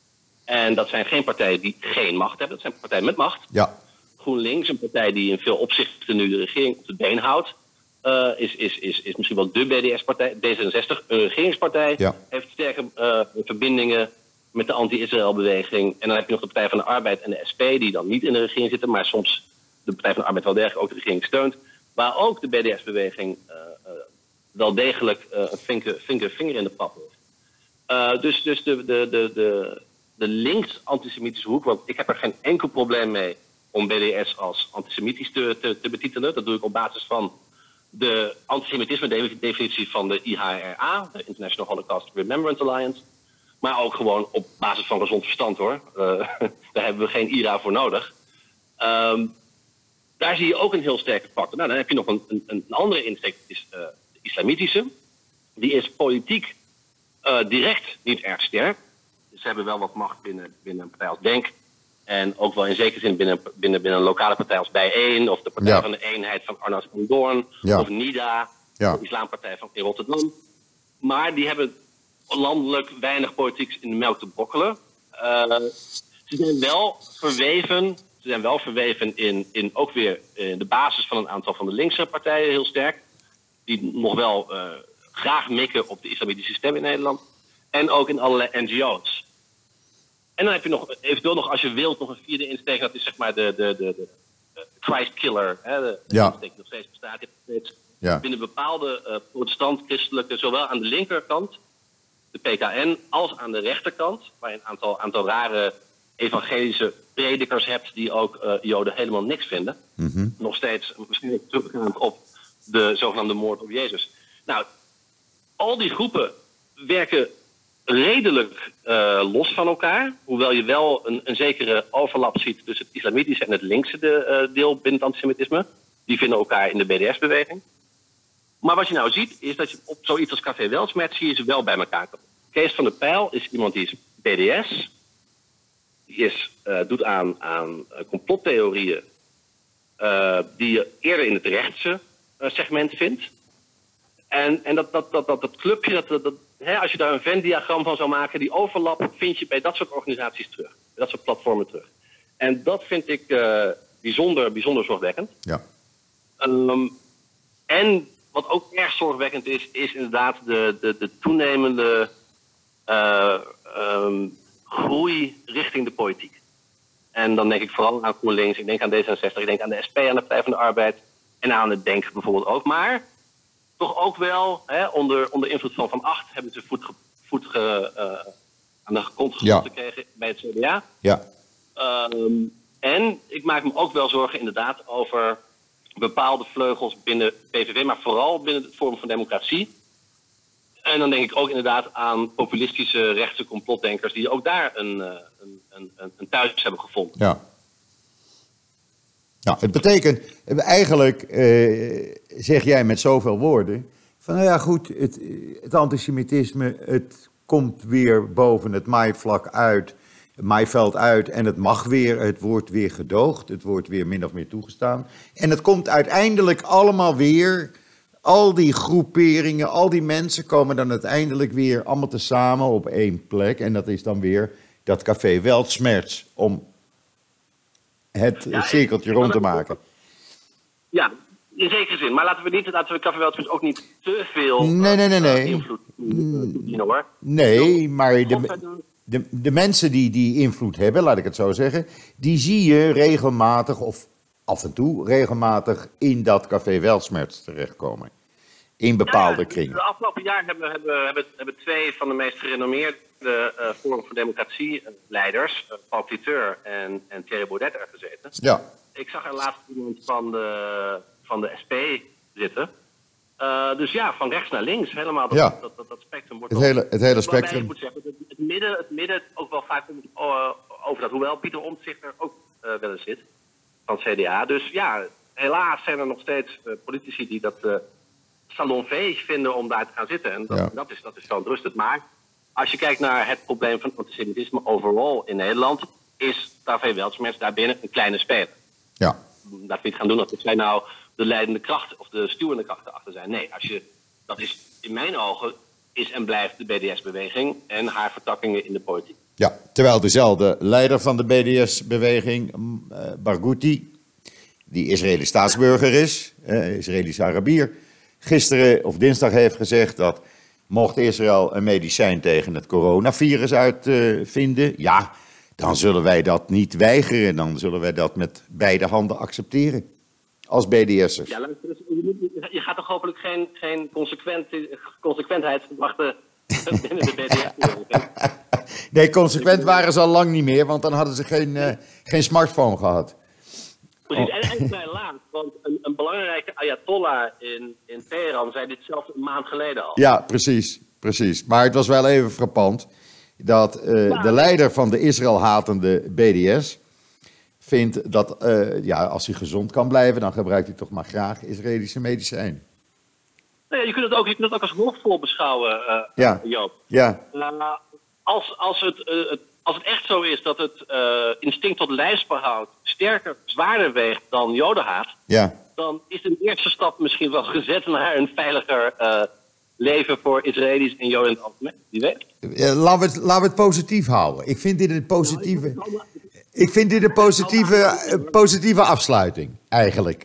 S2: En dat zijn geen partijen die geen macht hebben, dat zijn partijen met macht.
S1: Ja.
S2: GroenLinks, een partij die in veel opzichten nu de regering op de been houdt, uh, is, is, is, is misschien wel de B D S-partij. D zesenzestig, een regeringspartij, ja. heeft sterke uh, verbindingen met de anti-Israël-beweging. En dan heb je nog de Partij van de Arbeid en de S P, die dan niet in de regering zitten, maar soms de Partij van de Arbeid wel degelijk ook de regering steunt. Waar ook de B D S-beweging uh, uh, wel degelijk uh, een flinke, flinke vinger in de pap heeft. Uh, dus dus de, de, de, de, de links-antisemitische hoek, want ik heb er geen enkel probleem mee om B D S als antisemitisch te, te, te betitelen. Dat doe ik op basis van de antisemitisme-definitie van de I H R A, de International Holocaust Remembrance Alliance. Maar ook gewoon op basis van gezond verstand, hoor. Uh, daar hebben we geen I R A voor nodig. Um, daar zie je ook een heel sterke factor. Nou, dan heb je nog een, een, een andere insteek, dat is uh, de islamitische. Die is politiek uh, direct niet erg sterk. Ze hebben wel wat macht binnen, binnen een partij als Denk. En ook wel in zekere zin binnen, binnen, binnen een lokale partij als Bijeen. Of de Partij ja. van de Eenheid van Arnoud van Doorn. Ja. Of NIDA. Ja. De Islampartij van in Rotterdam. Maar die hebben landelijk weinig politiek in de melk te brokkelen. Uh, ze zijn wel verweven... Ze zijn wel verweven in, in ook weer in de basis van een aantal van de linkse partijen heel sterk. Die nog wel uh, graag mikken op de islamitische stem in Nederland. En ook in allerlei N G O's. En dan heb je nog eventueel nog, als je wilt, nog een vierde insteek. Dat is zeg maar de, de, de, de, de Christ Killer. Hè, de, de ja. insteek die nog steeds bestaat. Je hebt steeds ja. binnen bepaalde uh, protestant-christelijke, zowel aan de linkerkant, de P K N, als aan de rechterkant. Waar je een aantal, aantal rare evangelische predikers hebt die ook uh, Joden helemaal niks vinden. Mm-hmm. Nog steeds misschien teruggaand op de zogenaamde moord op Jezus. Nou, al die groepen werken redelijk uh, los van elkaar. Hoewel je wel een, een zekere overlap ziet tussen het islamitische en het linkse de, uh, deel binnen het antisemitisme. Die vinden elkaar in de B D S-beweging. Maar wat je nou ziet, is dat je op zoiets als Café Weltsmet zie je ze wel bij elkaar komen. Kees van der Pijl is iemand die is B D S. Die is, uh, doet aan, aan uh, complottheorieën uh, die je eerder in het rechtse uh, segment vindt. En, en dat, dat, dat, dat, dat clubje, dat, dat, dat, hè, als je daar een Venn-diagram van zou maken, die overlap vind je bij dat soort organisaties terug. Bij dat soort platformen terug. En dat vind ik uh, bijzonder, bijzonder zorgwekkend. Ja. Um, en wat ook erg zorgwekkend is, is inderdaad de, de, de toenemende uh, um, groei richting de politiek. En dan denk ik vooral aan GroenLinks, ik denk aan D zesenzestig, ik denk aan de S P, aan de Partij van de Arbeid en aan het Denk bijvoorbeeld ook. Maar toch ook wel, hè, onder, onder invloed van Van Acht hebben ze voet, ge, voet ge, uh, aan de grond ja. gekregen bij het C D A. Ja. Um, en ik maak me ook wel zorgen inderdaad over bepaalde vleugels binnen P V V, maar vooral binnen het Forum van Democratie. En dan denk ik ook inderdaad aan populistische rechtse complotdenkers die ook daar een, een, een, een thuis hebben gevonden.
S1: Ja. Nou, het betekent eigenlijk, uh, zeg jij met zoveel woorden, van nou ja goed, het, het antisemitisme, het komt weer boven het maaivlak uit, het maaiveld uit en het mag weer, het wordt weer gedoogd, het wordt weer min of meer toegestaan. En het komt uiteindelijk allemaal weer, al die groeperingen, al die mensen komen dan uiteindelijk weer allemaal tezamen op één plek. En dat is dan weer dat Café Weltsmerts, om het ja, cirkeltje ik, ik rond te maken.
S2: Ja, in zekere zin. Maar laten we niet, laten we Café Weltsmerts ook niet te veel
S1: nee, nee, nee, nee.
S2: Uh, invloed zien, hoor.
S1: Nee, maar de, de, de mensen die die invloed hebben, laat ik het zo zeggen, die zie je regelmatig of af en toe regelmatig in dat Café Weltsmerts terechtkomen. In bepaalde
S2: ja,
S1: kringen.
S2: De afgelopen jaar hebben, hebben, hebben, hebben twee van de meest gerenommeerde uh, Forum voor Democratie leiders, uh, Paul Cliteur en, en Thierry Baudet, er gezeten. Ja. Ik zag er laatst iemand van de, van de S P zitten. Uh, dus ja, van rechts naar links, helemaal dat, ja. dat, dat, dat spectrum wordt...
S1: Het hele, het hele spectrum.
S2: Ik moet zeggen, het, het, midden, het midden ook wel vaak uh, over dat, hoewel Pieter Omtzigt er ook uh, wel eens zit, van het C D A. Dus ja, helaas zijn er nog steeds uh, politici die dat uh, salonveeg vinden om daar te gaan zitten. En dat, ja. dat, is, dat is verontrustend. Maar als je kijkt naar het probleem van antisemitisme overal in Nederland, is Café Weltsmerts daarbinnen een kleine speler. Ja. Laten we iets gaan doen. Als wij nou de leidende kracht of de stuwende kracht erachter zijn. Nee, als je, dat is in mijn ogen is en blijft de B D S-beweging en haar vertakkingen in de politiek.
S1: Ja, terwijl dezelfde leider van de B D S-beweging, uh, Barghouti, die Israëlisch staatsburger is, uh, Israëlische Arabier, gisteren of dinsdag heeft gezegd dat mocht Israël een medicijn tegen het coronavirus uitvinden, uh, ja, dan zullen wij dat niet weigeren. Dan zullen wij dat met beide handen accepteren. Als B D S'ers.
S2: Ja, je gaat toch hopelijk geen, geen consequent, consequentheid verwachten binnen de B D S?
S1: Nee, consequent waren ze al lang niet meer, want dan hadden ze geen, uh, geen smartphone gehad.
S2: Precies, en eigenlijk vrij laat, want een, een belangrijke Ayatollah in, in Teheran zei dit zelfs een maand geleden al.
S1: Ja, precies, precies. Maar het was wel even frappant dat uh, ja. de leider van de Israël-hatende B D S vindt dat uh, ja, als hij gezond kan blijven, dan gebruikt hij toch maar graag Israëlische medicijn.
S2: Nou ja, je kunt het ook, je kunt het ook als hoofdvol beschouwen, uh,
S1: ja.
S2: Joop.
S1: Ja.
S2: Uh, als, als, het, uh, het, als het echt zo is dat het uh, instinct tot lijfsbehoud sterker, zwaarder weegt dan jodenhaat,
S1: ja.
S2: dan is een eerste stap misschien wel gezet naar een veiliger uh, leven voor Israëli's en Joden in het algemeen. Wie weet.
S1: Uh, laten, we het, laten we het positief houden. Ik vind dit een positieve, ik vind dit een positieve, uh, positieve afsluiting, eigenlijk.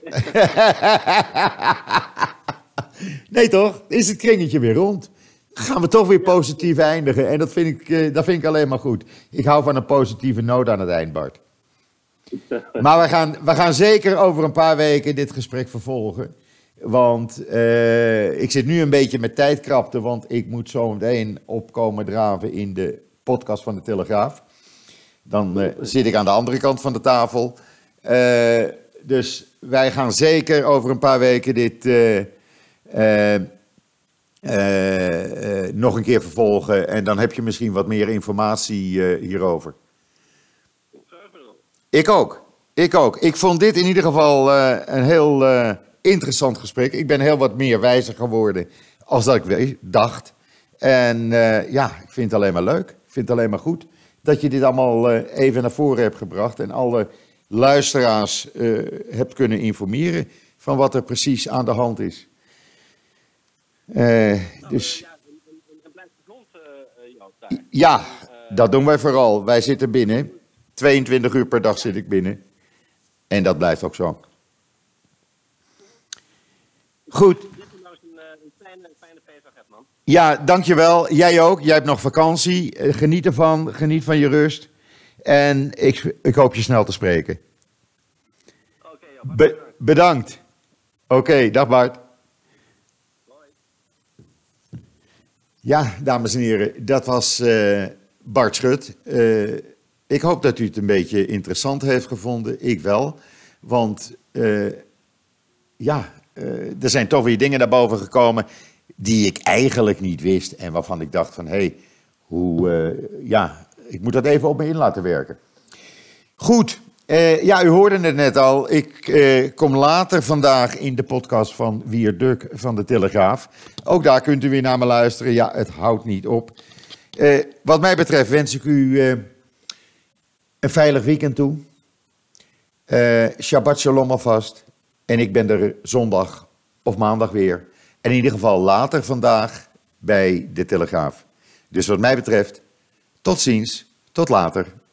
S1: Nee toch? Is het kringetje weer rond? Gaan we toch weer positief eindigen. En dat vind ik, uh, dat vind ik alleen maar goed. Ik hou van een positieve noot aan het eind, Bart. Maar we gaan, we gaan zeker over een paar weken dit gesprek vervolgen. Want uh, ik zit nu een beetje met tijdkrapte, want ik moet zo meteen opkomen draven in de podcast van de Telegraaf. Dan uh, zit ik aan de andere kant van de tafel. Uh, dus wij gaan zeker over een paar weken dit uh, uh, uh, uh, nog een keer vervolgen. En dan heb je misschien wat meer informatie uh, hierover. Ik ook. Ik ook. Ik vond dit in ieder geval uh, een heel uh, interessant gesprek. Ik ben heel wat meer wijzer geworden als dat ik dacht. En uh, ja, ik vind het alleen maar leuk. Ik vind het alleen maar goed dat je dit allemaal uh, even naar voren hebt gebracht. En alle luisteraars uh, hebt kunnen informeren van wat er precies aan de hand is. Uh, nou, dus...
S2: Ja, en blijf gezond, uh, Joop, daar.
S1: Ja, dat doen wij vooral. Wij zitten binnen. tweeëntwintig uur per dag zit ik binnen. En dat blijft ook zo. Goed.
S2: Dat je nou eens een, een fijne, fijne feestdag hebt, man.
S1: Ja, dankjewel. Jij ook. Jij hebt nog vakantie. Geniet ervan. Geniet van je rust. En ik, ik hoop je snel te spreken.
S2: Oké, okay, joh.
S1: Be- bedankt. Oké, okay, dag Bart.
S2: Hoi.
S1: Ja, dames en heren. Dat was uh, Bart Schut. Uh, Ik hoop dat u het een beetje interessant heeft gevonden. Ik wel. Want uh, ja, uh, er zijn toch weer dingen naar boven gekomen die ik eigenlijk niet wist. En waarvan ik dacht van, hé, hey, hoe, uh, ja, ik moet dat even op me in laten werken. Goed, uh, ja, u hoorde het net al. Ik uh, kom later vandaag in de podcast van Wier Duk van de Telegraaf. Ook daar kunt u weer naar me luisteren. Ja, het houdt niet op. Uh, wat mij betreft wens ik u... Uh, Een veilig weekend toe. Uh, Shabbat shalom alvast. En ik ben er zondag of maandag weer. En in ieder geval later vandaag bij de Telegraaf. Dus wat mij betreft, tot ziens, tot later.